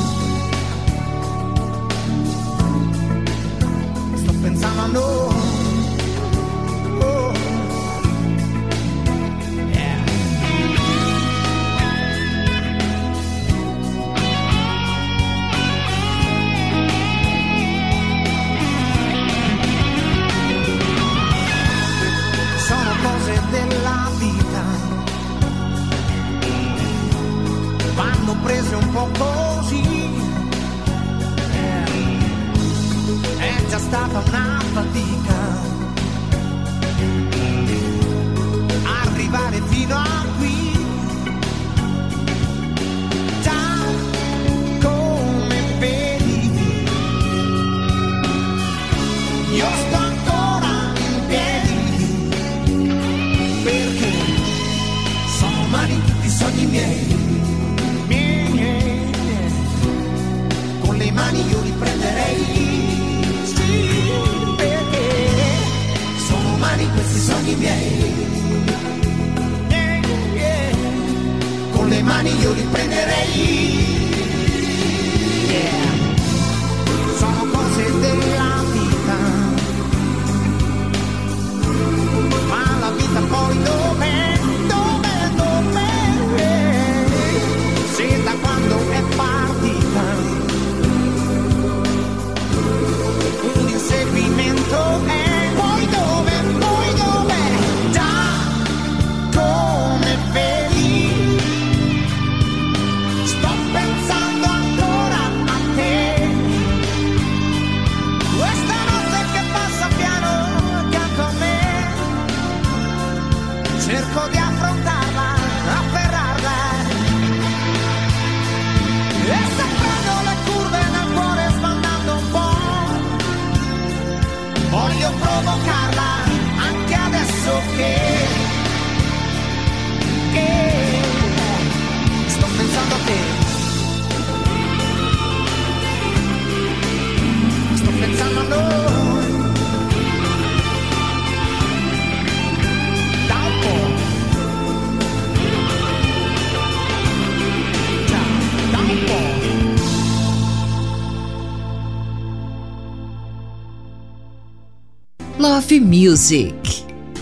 sto pensando a noi. Oh. Yeah. Sono cose della vita, vanno prese un po' così. È già stata una fatica arrivare fino a qui. Già come vedi, io sto ancora in piedi, perché sono umani tutti i sogni miei. Miei, con le mani io li prenderei. Sì, perché sono umani questi sogni miei. Miei, miei, con le mani io li prenderei. Yeah. Sono cose della vita, ma la vita poi dov'è, dov'è, dov'è? Se da quando è partita un inseguimento è, poi dove, poi dove, già come vedi, sto pensando ancora a te. Questa notte che passa piano accanto a me, cerco di affrontarla, afferrarla, e se prendo le curve nel cuore sbandando un po', voglio provocarla anche adesso che, che sto pensando a te, sto pensando a noi, da un po', già, da un po'. Love Music.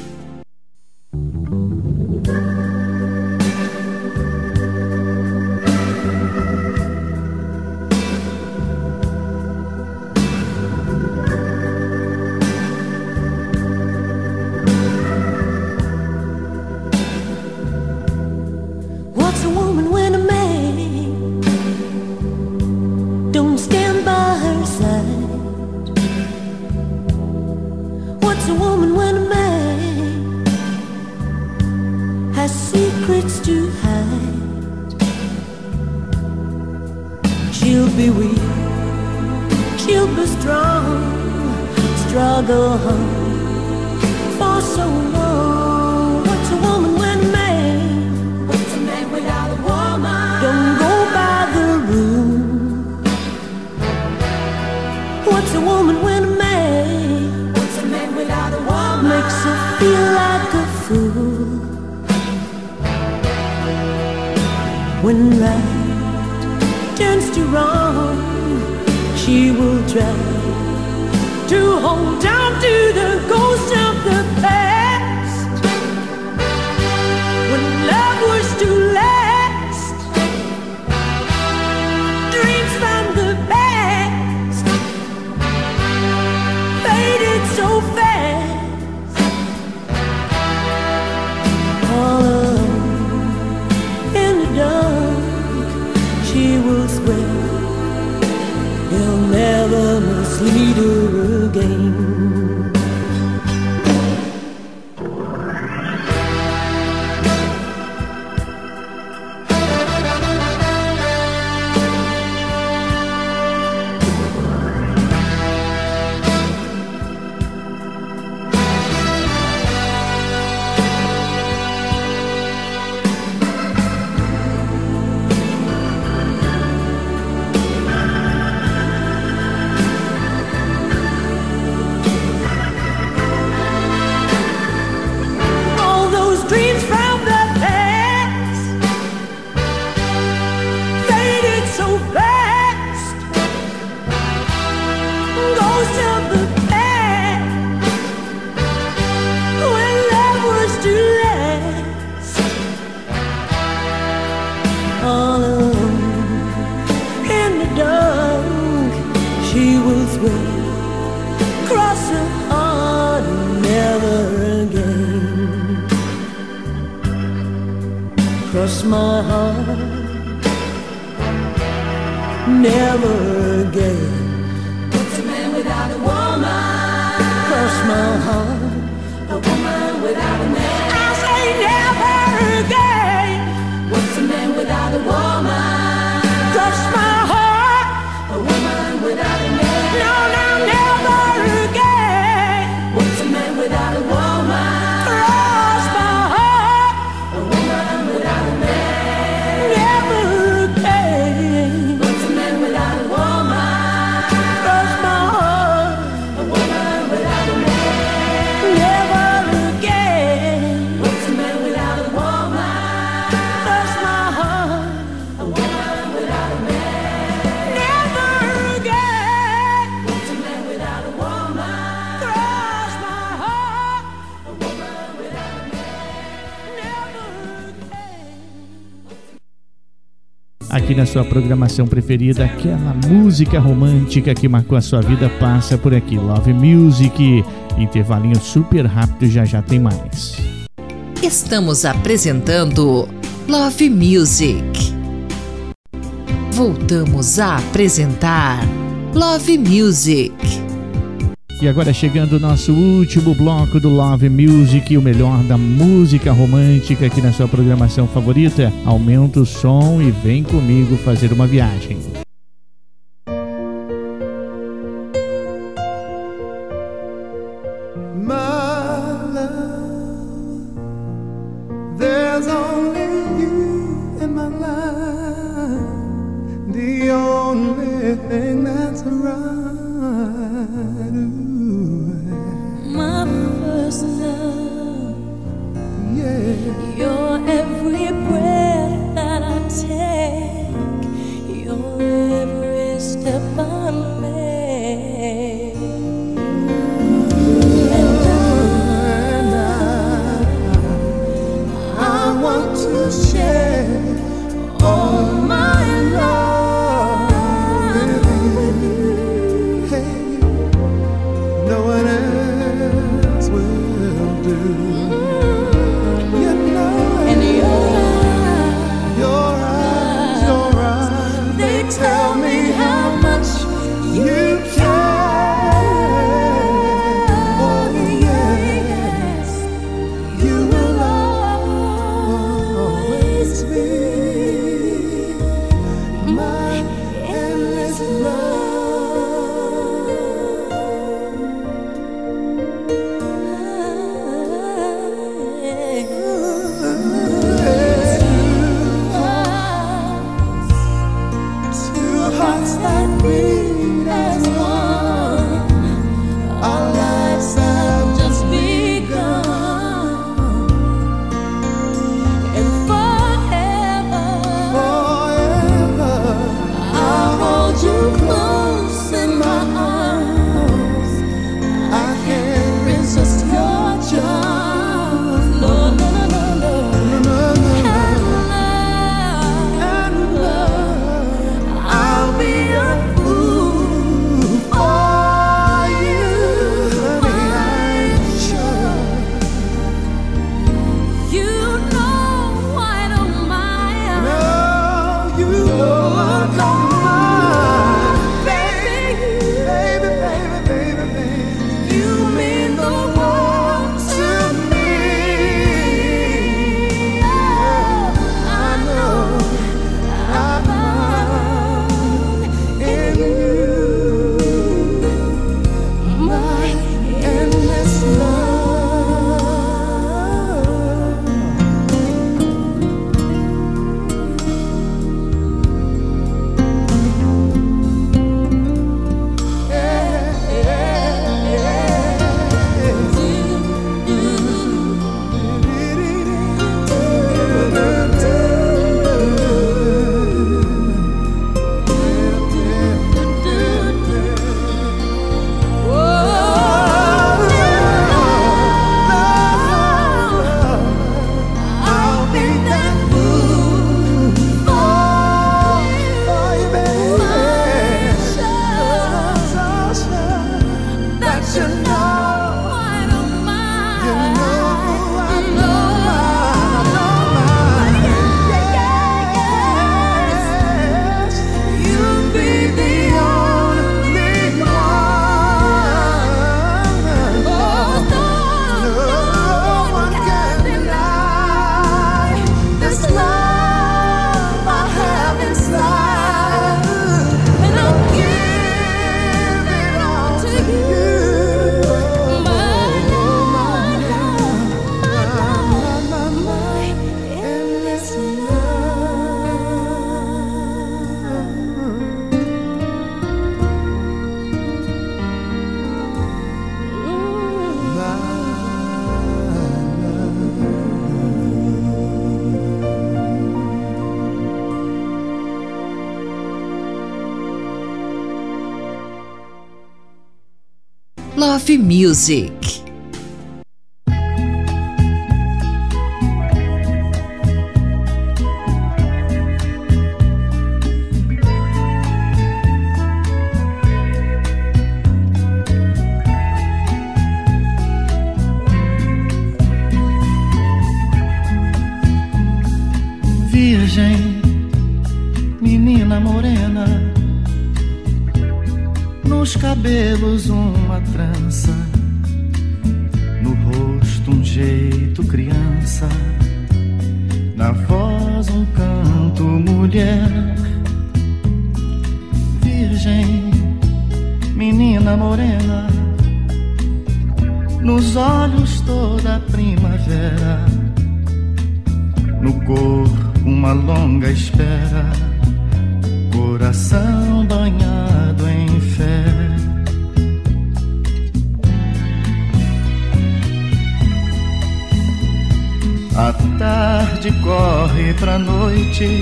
What's a woman when a man don't stand by her side? What's a woman when a man has secrets to hide? She'll be weak, she'll be strong, struggle hard for so long. What's a woman when a man, what's a man without a woman, don't go by the rule? What's a woman when a man, what's a man without a woman, makes her feel like a fool? When right turns to wrong, she will try to hold on to the ghost of the past. When love was to last, dreams from the past faded so fast. All alone in the dark, she will swear he'll never mislead her again. dark, she will throw cross her heart never again. Cross my heart never again. What's a man without a woman? Cross my heart, a woman without a man. I say never again. What's a man without a woman? Cross my heart, a woman without a man. No, no, never again. What's a man without a woman? Cross my heart, a woman without a man. Never again. What's a man without a woman? Cross my heart, a woman without a man. Never again. What's a man without a woman? Cross my heart, a woman without a man. Never again. What's a man without a woman? Cross my heart, a woman without a man. Never Aqui na sua programação preferida, aquela música romântica que marcou a sua vida passa por aqui. Love Music, intervalinho super rápido, já já tem mais. Estamos apresentando Love Music. Voltamos a apresentar Love Music. E agora chegando o nosso último bloco do Love Music, o melhor da música romântica aqui na sua programação favorita. Aumenta o som e vem comigo fazer uma viagem. My love, there's only you in my life, the only thing that's right. My first love, yeah. Your every breath that I take, your every step I make. And I, I want to share all my love with you. Hey, no one else will do. You know, And your eyes, your eyes, your eyes, they tell me how much you care. Oh yes, you will always be my endless Two hearts that beat as one. Our lives have just begun, and forever, forever. I'll hold you close in my arms. I can't resist your charms. No, no, no, no, no. And love, I'll be a fool for Love Music. Virgem, menina morena, nos cabelos uma trança, no rosto um jeito criança, na voz um canto mulher. Virgem, menina morena, nos olhos toda a primavera, no corpo uma longa espera, coração banhado em fé. A tarde corre pra noite,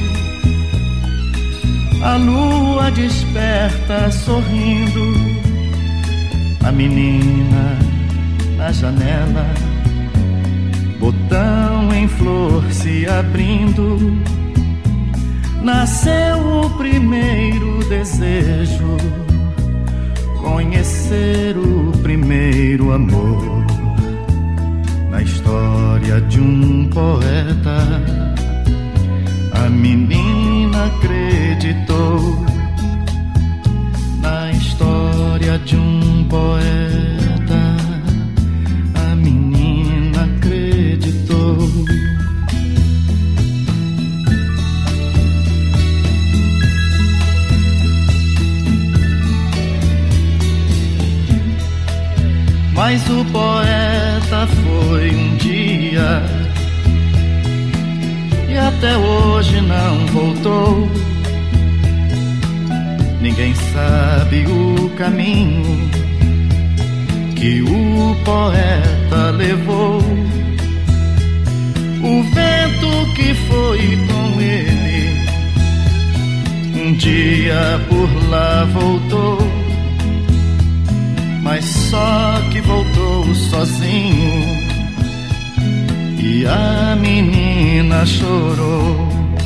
a lua desperta sorrindo, a menina na janela, botão em flor se abrindo. Nasceu o primeiro desejo, conhecer o primeiro amor. Na história de um poeta, a menina acreditou. Na história de um poeta, a menina acreditou. Mas o poeta foi um dia e até hoje não voltou. Ninguém sabe o caminho que o poeta levou. O vento que foi com ele um dia por lá voltou, mas só que voltou sozinho e a menina chorou.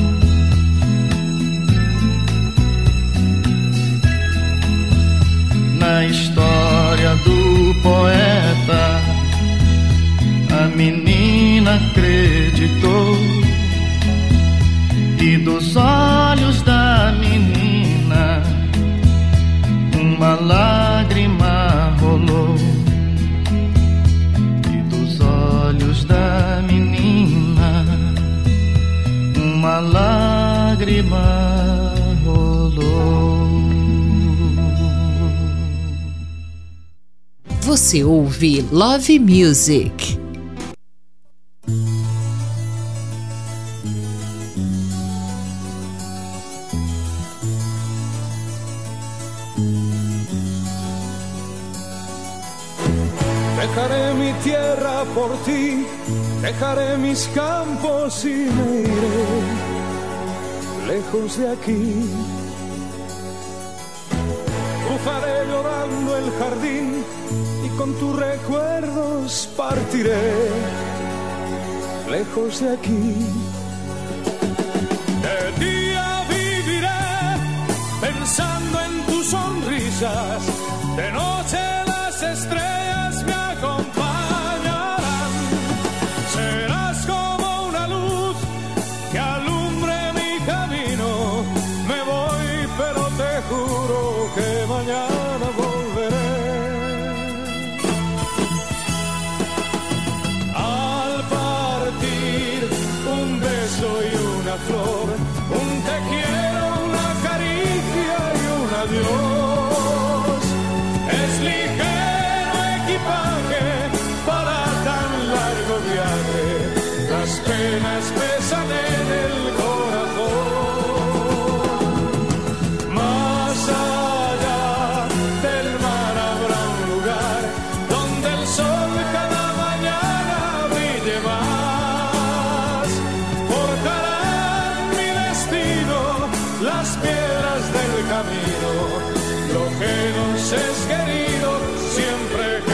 Na história do poeta, a menina acreditou, e dos olhos da menina uma lágrima rolou. E dos olhos da menina uma lágrima rolou. Você ouve Love Music. Dejaré mi tierra por ti, dejaré mis campos y me iré lejos de aquí. Cruzaré llorando el jardín y con tus recuerdos partiré lejos de aquí. De día viviré pensando en tus sonrisas, de noche las estrellas me acompañarán. Serás como una luz que alumbre mi camino. Me voy, pero te juro que mañana volveré. Al partir, un beso y una flor, un te quiero, una caricia y un adiós. Es ligero equipaje para tan largo viaje, las penas pesan en el corazón. Más allá del mar habrá un lugar donde el sol cada mañana brille más. Forjarán mi destino las piedras del camino, lo que nos es querido siempre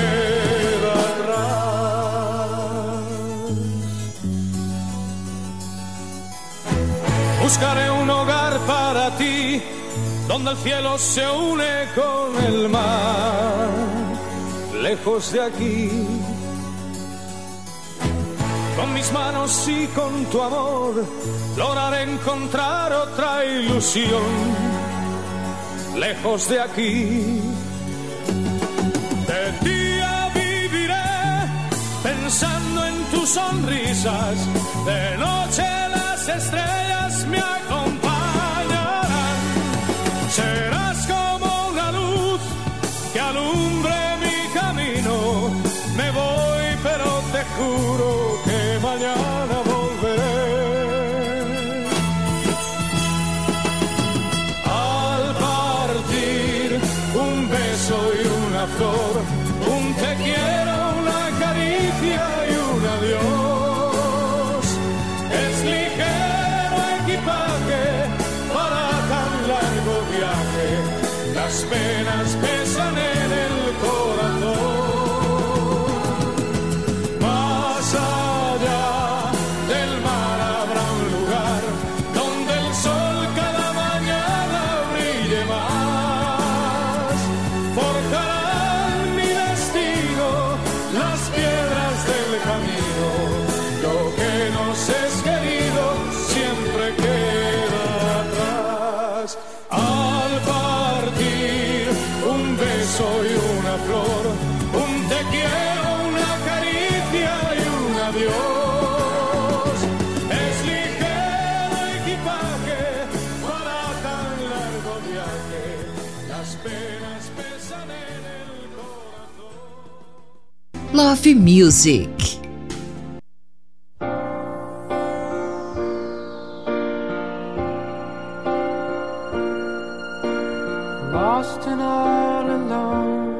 donde el cielo se une con el mar, lejos de aquí. Con mis manos y con tu amor lograré encontrar otra ilusión, lejos de aquí. De día viviré pensando en tus sonrisas, de noche las estrellas me acompañarán. Serás como una luz que alumbre mi camino. Me voy, pero te juro que mañana volveré. Al partir un beso y una flor, un te quiero, una caricia y un adiós. Es ligero equipaje para tan largo viaje, las penas pesan en el corazón. Más allá del mar habrá un lugar donde el sol cada mañana brille más. Forjarán mi destino las piedras del camino. Lo que nos es querido siempre queda atrás. Al partir un beso y una flor, un te quiero, una caricia y un adiós. Es ligero equipaje para tan largo viaje, las penas pesan en el corazón. Love Music. Lost and all alone,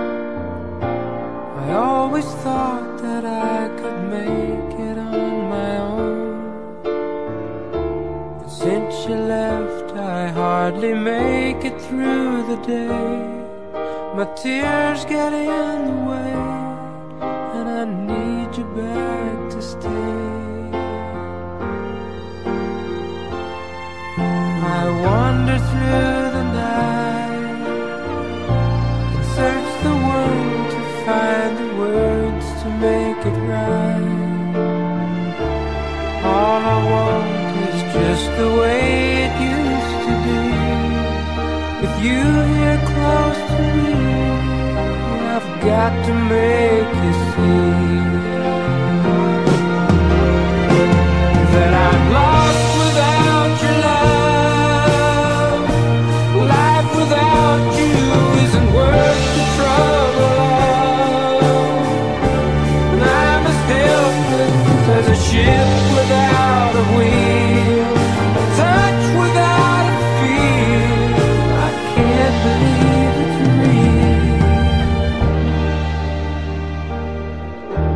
I always thought that I could make it on my own. But since you left, I hardly make it through the day. My tears get in the way, and I need you back to stay. I wander through the night, search the world to find the words to make it right. All I want is just the way it used to be. With you here close to me, I've got to make you see that I'm lost without your love. Life without you isn't worth the trouble of. And I'm as helpless as a ship without a wheel, a touch without a feel. I can't believe it's real.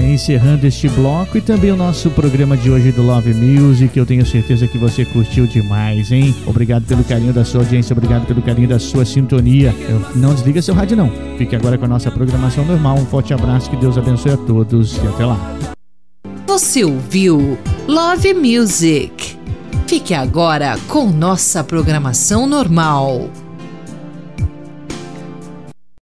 encerrando este bloco e também o nosso programa de hoje do Love Music. Eu tenho certeza que você curtiu demais, hein? Obrigado pelo carinho da sua audiência, obrigado pelo carinho da sua sintonia. Eu, não desliga seu rádio não. Fique agora com a nossa programação normal. Um forte abraço, que Deus abençoe a todos e até lá. Você ouviu Love Music. Fique agora com nossa programação normal.